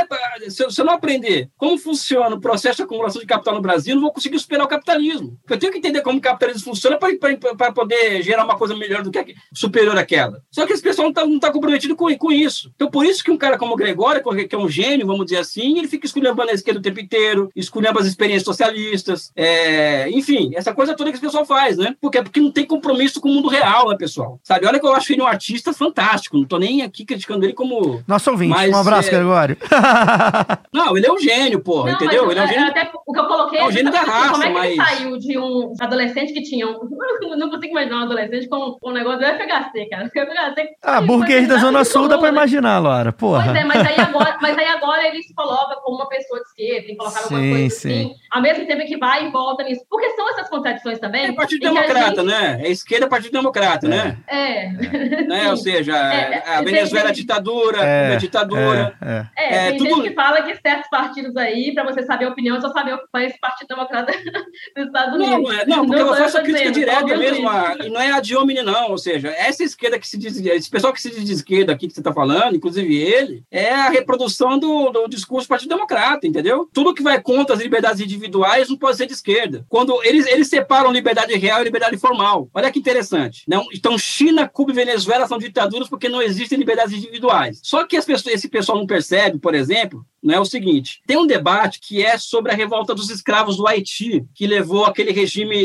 S4: não aprender como funciona o processo de acumulação de capital no Brasil, eu não vou conseguir superar o capitalismo. Eu tenho que entender como o capitalismo funciona para poder gerar uma coisa melhor do que superior àquela. Só que esse pessoal não tá comprometido com isso. Então, por isso que um cara como o Gregório, que é um gênio, vamos dizer assim, ele fica esculhambando a esquerda o tempo inteiro, esculhamba as experiências socialistas, enfim, essa coisa toda que esse pessoal faz, né? Porque não tem compromisso com o mundo real, né, pessoal? Sabe? Olha que eu acho ele um artista fantástico, não tô nem aqui criticando ele como...
S3: Nosso ouvinte, um abraço, Gregório.
S4: Não, ele é um gênio, porra, entendeu? Ele é um gênio...
S6: Até o que eu coloquei
S4: é um gênio da raça,
S6: como é que ele saiu de um adolescente que tinha não consigo imaginar um adolescente com um negócio do FHC, cara.
S3: Burguês da Zona Sul dá pra imaginar, Laura, porra.
S6: Pois é, mas aí agora ele se coloca como uma pessoa de esquerda, tem que colocar alguma coisa assim, ao mesmo tempo que vai e volta nisso. Porque são essas contradições também.
S4: É Partido Democrata, né? É esquerda Partido Democrata, né? Né? Ou seja, a Venezuela é ditadura, Cuba é ditadura.
S6: Tem gente que fala que certos partidos aí, pra você saber a opinião, só saber o que faz esse Partido Democrata dos Estados Unidos.
S4: Não, porque eu faço a crítica direta mesmo, e não é a de homem, não. Ou seja, essa esquerda que se diz, esse pessoal que se diz de esquerda aqui que você está falando, inclusive ele, é a reprodução do discurso do Partido Democrata, entendeu? Tudo que vai contra as liberdades individuais não pode ser de esquerda. Quando eles separam liberdade real e liberdade formal. Olha que interessante. Não? Então, China, Cuba e Venezuela são ditaduras porque não existem liberdades individuais. Só que esse pessoal não percebe, por exemplo, não é o seguinte, tem um debate que é sobre a revolta dos escravos do Haiti, que levou aquele regime,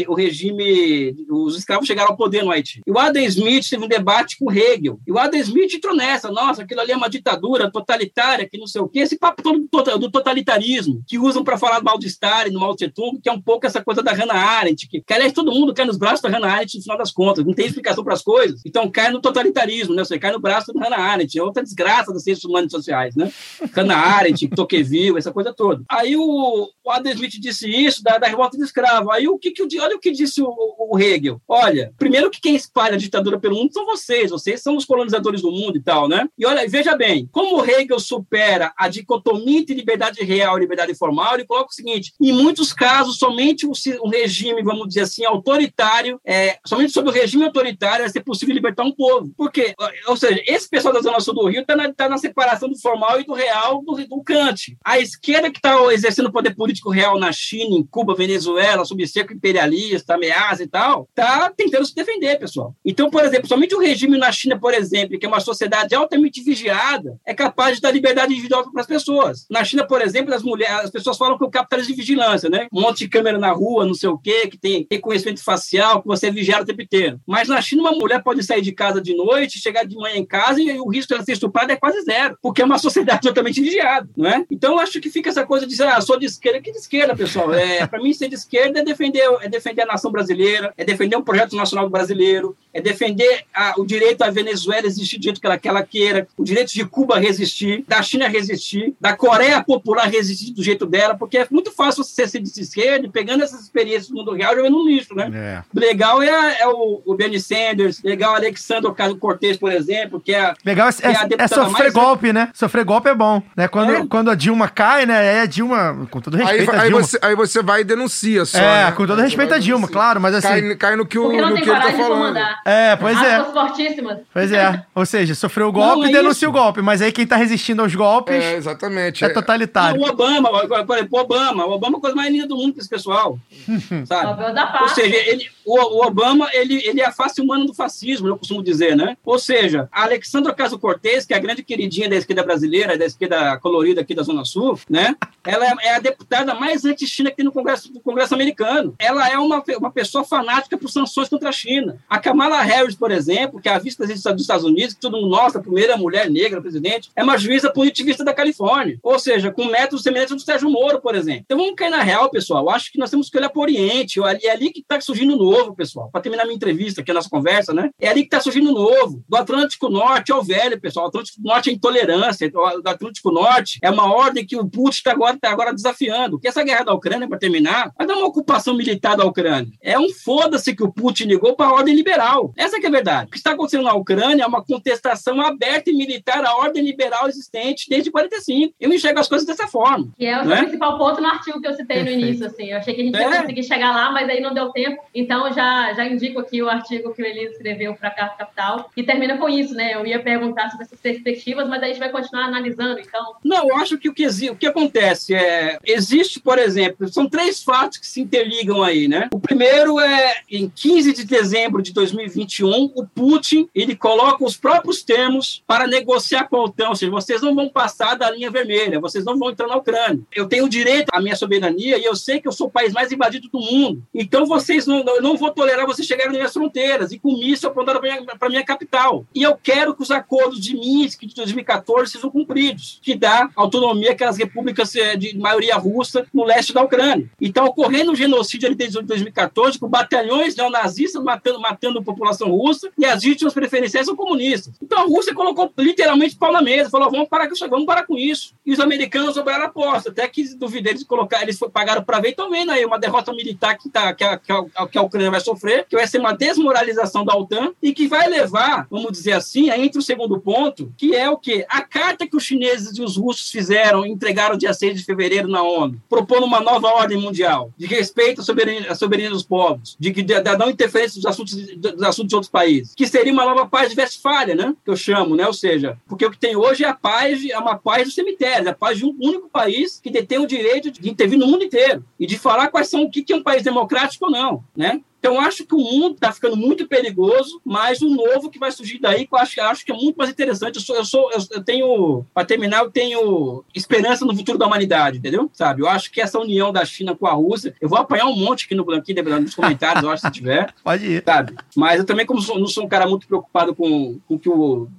S4: os escravos chegaram ao poder no Haiti. E o Adam Smith teve um debate com Hegel, e o Adam Smith entrou nessa, nossa, aquilo ali é uma ditadura totalitária, que não sei o quê, esse papo todo do totalitarismo, que usam para falar mal de Stalin, do Mao Tse-tung, que é um pouco essa coisa da Hannah Arendt, que aliás, todo mundo cai nos braços da Hannah Arendt no final das contas, não tem explicação para as coisas, então cai no totalitarismo, né? Você cai no braço da Hannah Arendt, é outra desgraça das ciências humanas e sociais, né? Hannah Arendt, Tocqueville, essa coisa toda. Aí o Adam Smith disse isso da revolta do escravo. Aí olha o que disse o Hegel. Olha, primeiro que quem espalha a ditadura pelo mundo são vocês são os colonizadores do mundo e tal, né? E olha, veja bem, como o Hegel supera a dicotomia entre liberdade real e liberdade formal, ele coloca o seguinte, em muitos casos, somente um regime, vamos dizer assim, autoritário, somente sob o regime autoritário vai ser possível libertar um povo. Por quê? Ou seja, esse pessoal da Zona Sul do Rio está na separação do formal e do real do Kant. A esquerda que está exercendo o poder político real na China, em Cuba, Venezuela, sob cerco imperialista, ameaça e tal, está tentando se defender, pessoal. Então, por exemplo, somente o regime na China, por exemplo, que é uma sociedade altamente vigiada, é capaz de dar liberdade individual para as pessoas. Na China, por exemplo, as pessoas falam que o capitalismo de vigilância, né? Um monte de câmera na rua, não sei o quê, que tem reconhecimento facial, que você é vigiado o tempo inteiro. Mas na China, uma mulher pode sair de casa de noite, chegar de manhã em casa e o risco de ela ser estuprada é quase zero, porque é uma sociedade totalmente vigiada, não é? Então, eu acho que fica essa coisa de dizer, sou de esquerda. Que de esquerda, pessoal? Para mim, ser de esquerda é defender a nação brasileira, é defender um projeto nacional brasileiro, é defender o direito à Venezuela existir do jeito que ela queira, o direito de Cuba resistir, da China resistir, da Coreia Popular resistir do jeito dela, porque é muito fácil você ser de esquerda e pegando essas experiências do mundo real e jogando no lixo, né? Legal é o Bernie Sanders, legal é Alexandre Ocasio-Cortez, por exemplo, que é
S3: legal é sofrer golpe, né? Sofrer golpe é bom, né? Quando a Dilma cai, né? Aí a Dilma, com todo respeito a Dilma...
S5: Aí você vai e denuncia só,
S3: né? Com todo respeito a Dilma, claro, mas assim...
S5: Cai no que ele tá falando.
S3: Pois é.
S6: Fortíssimas.
S3: Pois é. Ou seja, sofreu o golpe e denuncia o golpe, mas aí quem tá resistindo aos golpes...
S5: exatamente.
S3: É totalitário.
S4: O Obama, por exemplo, o Obama é a coisa mais linda do mundo pra esse pessoal, sabe? Ou seja, o Obama, ele é a face humana do fascismo, eu costumo dizer, né? Ou seja, a Alexandra Ocasio-Cortez, que é a grande queridinha da esquerda brasileira, da esquerda colorida querida aqui da Zona Sul, né? Ela é a deputada mais anti-China que tem no Congresso americano. Ela é uma pessoa fanática por sanções contra a China. A Kamala Harris, por exemplo, que é a vice-presidente dos Estados Unidos, que todo mundo nossa, a primeira mulher negra presidente, é uma juíza punitivista da Califórnia. Ou seja, com métodos semelhantes ao do Sérgio Moro, por exemplo. Então vamos cair na real, pessoal. Eu acho que nós temos que olhar para o Oriente. É ali que está surgindo o novo, pessoal. Para terminar minha entrevista aqui, a nossa conversa, né? É ali que está surgindo o novo. Do Atlântico Norte ao velho, pessoal. O Atlântico Norte é intolerância. Do Atlântico Norte é uma ordem que o Putin está agora desafiando. Que essa guerra da Ucrânia, para terminar, vai dar uma ocupação militar da Ucrânia. É um foda-se que o Putin ligou para a ordem liberal. Essa que é a verdade. O que está acontecendo na Ucrânia é uma contestação aberta e militar à ordem liberal existente desde 45. Eu enxergo as coisas dessa forma.
S6: Que é o seu principal ponto no artigo que eu citei no início, assim. Eu achei que a gente ia conseguir chegar lá, mas aí não deu tempo. Então, já indico aqui o artigo que o Elias escreveu para a Carta Capital, e termina com isso, né? Eu ia perguntar sobre essas perspectivas, mas aí a gente vai continuar analisando, então.
S4: Não, eu acho que o que acontece existe, por exemplo, são 3 fatos que se interligam aí, né? O primeiro é, em 15 de dezembro de 2021, o Putin, ele coloca os próprios termos para negociar com a OTAN, ou seja, vocês não vão passar da linha vermelha, vocês não vão entrar na Ucrânia. Eu tenho direito à minha soberania e eu sei que eu sou o país mais invadido do mundo. Então eu não vou tolerar vocês chegarem nas minhas fronteiras e com míssil apontado para a minha capital. E eu quero que os acordos de Minsk de 2014 sejam cumpridos, que dá autonomia àquelas repúblicas de maioria russa no leste da Ucrânia. E está ocorrendo um genocídio ali desde 2014 com batalhões neonazistas matando a população russa, e as vítimas preferenciais são comunistas. Então a Rússia colocou literalmente pau na mesa, falou, vamos parar com isso. E os americanos sobraram a aposta, até que duvidei de colocar, eles pagaram para ver, estão vendo aí uma derrota militar que a Ucrânia vai sofrer, que vai ser uma desmoralização da OTAN e que vai levar, vamos dizer assim, entre o segundo ponto, que é o quê? A carta que os chineses e os russos entregaram dia 6 de fevereiro na ONU, propondo uma nova ordem mundial, de respeito à soberania dos povos, da não interferência dos assuntos de outros países, que seria uma nova paz de Westfália, né? Que eu chamo, né? Ou seja, porque o que tem hoje é uma paz dos cemitérios, a paz de um único país que detém o direito de intervir no mundo inteiro e de falar o que é um país democrático ou não, né? Então, acho que o mundo está ficando muito perigoso, mas o novo que vai surgir daí, que eu acho que é muito mais interessante. Eu tenho, para terminar, eu tenho esperança no futuro da humanidade, entendeu? Sabe? Eu acho que essa união da China com a Rússia, eu vou apanhar um monte aqui nos comentários, eu acho, se tiver.
S3: Pode ir.
S4: Sabe? Mas eu também, como não sou um cara muito preocupado com que eu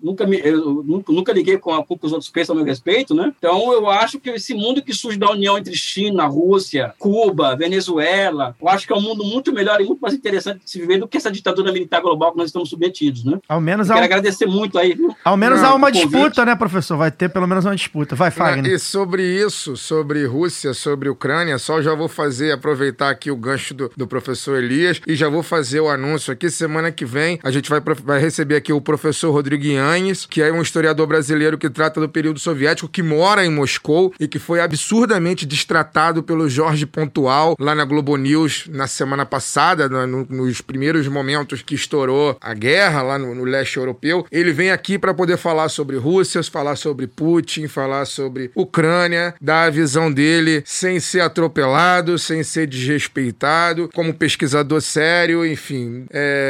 S4: nunca liguei com que os outros pensam a meu respeito, né? Então, eu acho que esse mundo que surge da união entre China, Rússia, Cuba, Venezuela, eu acho que é um mundo muito melhor e muito mais interessante de se viver do que essa ditadura militar global que nós estamos submetidos, né?
S3: Ao menos
S4: quero agradecer muito aí, viu?
S3: Ao menos há uma disputa, né, professor? Vai ter pelo menos uma disputa. Vai, Fagner.
S5: E sobre isso, sobre Rússia, sobre Ucrânia, só já vou aproveitar aqui o gancho do professor Elias e já vou fazer o anúncio aqui. Semana que vem a gente vai receber aqui o professor Rodrigo Yannis, que é um historiador brasileiro que trata do período soviético, que mora em Moscou e que foi absurdamente destratado pelo Jorge Pontual lá na Globo News na semana passada, nos primeiros momentos que estourou a guerra lá no leste europeu. Ele vem aqui para poder falar sobre Rússia, falar sobre Putin, falar sobre Ucrânia, dar a visão dele sem ser atropelado, sem ser desrespeitado, como pesquisador sério, enfim.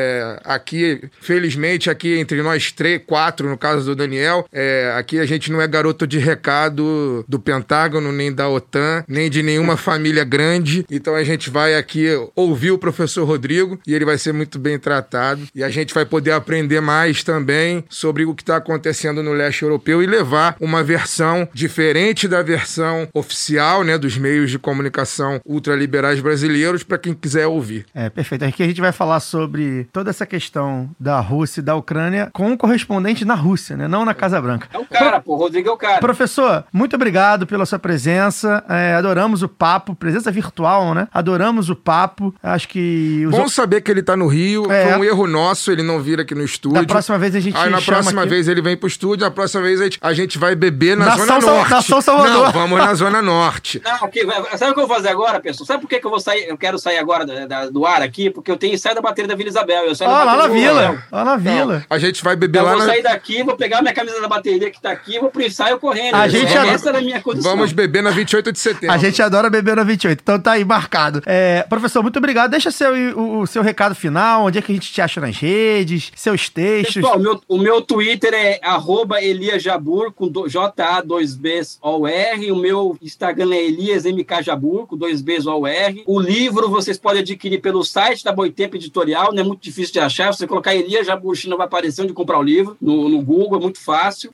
S5: Aqui, felizmente, aqui entre nós 4, no caso do Daniel, aqui a gente não é garoto de recado do Pentágono, nem da OTAN, nem de nenhuma família grande. Então a gente vai aqui ouvir o professor Rodrigo e ele vai ser muito bem tratado e a gente vai poder aprender mais também sobre o que está acontecendo no leste europeu e levar uma versão diferente da versão oficial, né, dos meios de comunicação ultraliberais brasileiros para quem quiser ouvir.
S3: Perfeito. Aqui a gente vai falar sobre toda essa questão da Rússia e da Ucrânia com um correspondente na Rússia, né, não na Casa Branca.
S4: É o cara, o Rodrigo é o cara.
S3: Professor, muito obrigado pela sua presença. Adoramos o papo, presença virtual, né? Adoramos o papo. Acho que
S5: Bom saber que ele tá no Rio. Foi um erro nosso ele não vir aqui no estúdio.
S3: Da próxima vez a gente
S5: na próxima
S3: aqui.
S5: vez ele vem pro estúdio. Na próxima vez a gente vai beber na Zona Norte.
S3: Na São Salvador.
S5: Não, vamos na Zona Norte.
S4: Não, sabe o que eu vou fazer agora, pessoal? Sabe por que eu vou sair? Eu quero sair agora do ar aqui? Porque eu tenho saído da bateria da Vila Isabel. Eu saio
S3: lá na Vila. Lá na Vila.
S5: Não, a gente vai beber lá
S4: na... Eu vou sair daqui, vou pegar minha camisa da bateria que tá aqui, vou pro ensaio correndo.
S3: Essa
S4: era a minha condição.
S5: Vamos beber na 28 de setembro.
S3: A gente adora beber na 28. Então tá aí marcado. Professor, muito obrigado. Deixa o seu recado final, onde é que a gente te acha nas redes, seus textos.
S4: Pessoal, o meu Twitter é @eliasjabur, com JA2BsOR. O meu Instagram é eliasmkjabur, com 2BsOR. O livro vocês podem adquirir pelo site da Boitempo Editorial, não é muito difícil de achar. Se você colocar Elias Jabur China, vai aparecer onde comprar o livro, no Google, é muito fácil.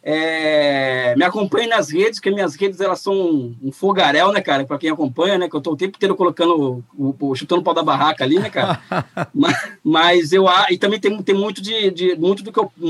S4: Me acompanhe nas redes, porque minhas redes elas são um fogaréu, né, cara? Pra quem acompanha, né? Que eu tô o tempo inteiro colocando, chutando o pau da barraca ali, né, cara? mas e também tem muito do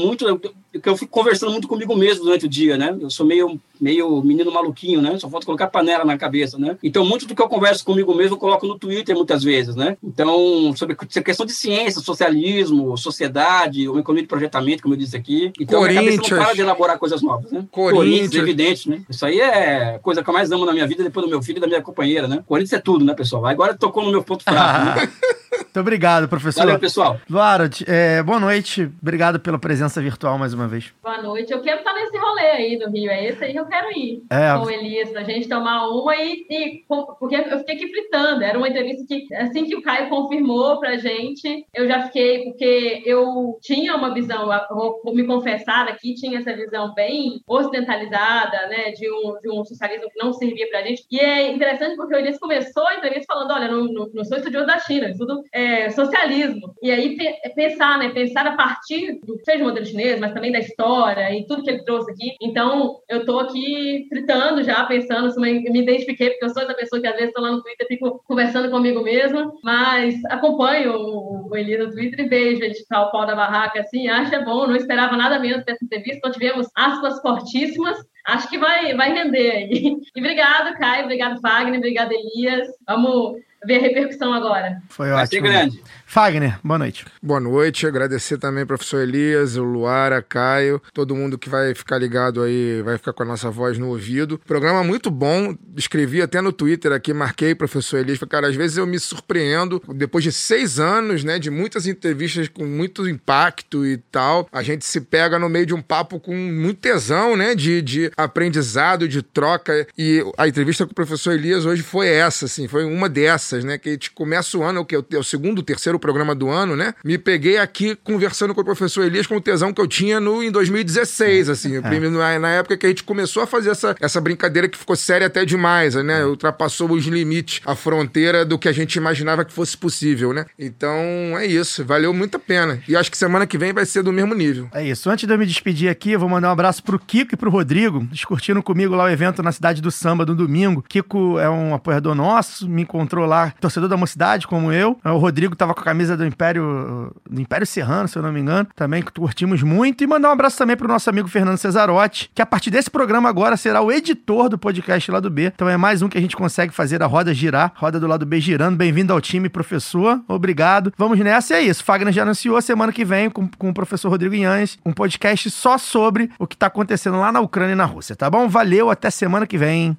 S4: que eu fico conversando muito comigo mesmo durante o dia, né? Eu sou meio menino maluquinho, né? Só falta colocar panela na cabeça, né? Então, muito do que eu converso comigo mesmo, eu coloco no Twitter muitas vezes, né? Então, sobre questão de ciência, socialismo, sociedade, uma economia de projetamento, como eu disse aqui. Então, minha cabeça não para de elaborar coisas novas, né? Corinthians, evidente, né? Isso aí é a coisa que eu mais amo na minha vida, depois do meu filho e da minha companheira, né? Corinthians é tudo, né, pessoal? Agora tocou no meu ponto fraco, né?
S3: Muito obrigado, professor.
S4: Valeu, pessoal.
S3: Luara, boa noite. Obrigado pela presença virtual mais uma vez.
S6: Boa noite. Eu quero estar nesse rolê aí do Rio. É esse aí que eu quero ir. Com o Elias, pra gente tomar uma porque eu fiquei aqui fritando. Era uma entrevista que, assim que o Caio confirmou pra gente, eu já fiquei, porque eu tinha uma visão, vou me confessar aqui, tinha essa visão bem ocidentalizada, né, de um socialismo que não servia pra gente. E é interessante porque o Elias começou a entrevista falando, olha, não sou estudioso da China, eu estudo socialismo. E aí pensar a partir seja do modelo chinês, mas também da história e tudo que ele trouxe aqui. Então, eu tô aqui fritando já, pensando, me identifiquei, porque eu sou essa pessoa que às vezes tô lá no Twitter, fico conversando comigo mesma, mas acompanho o Elias no Twitter e vejo ele chutar o pau da barraca, assim, acho bom, não esperava nada menos dessa entrevista, então tivemos aspas fortíssimas, acho que vai render aí. E obrigado, Caio, obrigado, Fagner, obrigado, Elias, vamos ver a repercussão agora.
S3: Foi ótimo.
S4: Vai ser grande.
S3: Fagner, boa noite.
S5: Boa noite, agradecer também ao professor Elias, o Luara, Caio, todo mundo que vai ficar ligado aí, vai ficar com a nossa voz no ouvido. Programa muito bom, escrevi até no Twitter aqui, marquei o professor Elias, porque, cara, às vezes eu me surpreendo, depois de 6 anos, né, de muitas entrevistas com muito impacto e tal, a gente se pega no meio de um papo com muito tesão, né, de aprendizado, de troca, e a entrevista com o professor Elias hoje foi essa, assim, foi uma dessas, né, que a gente começa o ano, que é o segundo, terceiro programa do ano, né? Me peguei aqui conversando com o professor Elias com o tesão que eu tinha em 2016, assim. Na época que a gente começou a fazer essa brincadeira que ficou séria até demais, né? Ultrapassou os limites, a fronteira do que a gente imaginava que fosse possível, né? Então, é isso. Valeu muito a pena. E acho que semana que vem vai ser do mesmo nível.
S3: É isso. Antes de eu me despedir aqui, eu vou mandar um abraço pro Kiko e pro Rodrigo. Eles curtiram comigo lá o evento na Cidade do Samba no domingo. Kiko é um apoiador nosso, me encontrou lá, torcedor da Mocidade, como eu. O Rodrigo tava com a camisa do Império Serrano, se eu não me engano, também que curtimos muito, e mandar um abraço também pro nosso amigo Fernando Cesarotti, que a partir desse programa agora será o editor do podcast Lado B, então é mais um que a gente consegue fazer a roda girar, roda do Lado B girando. Bem-vindo ao time, professor, obrigado, vamos nessa, e é isso, Fagner já anunciou, semana que vem com o professor Rodrigo Inhanes, um podcast só sobre o que tá acontecendo lá na Ucrânia e na Rússia, tá bom? Valeu, até semana que vem.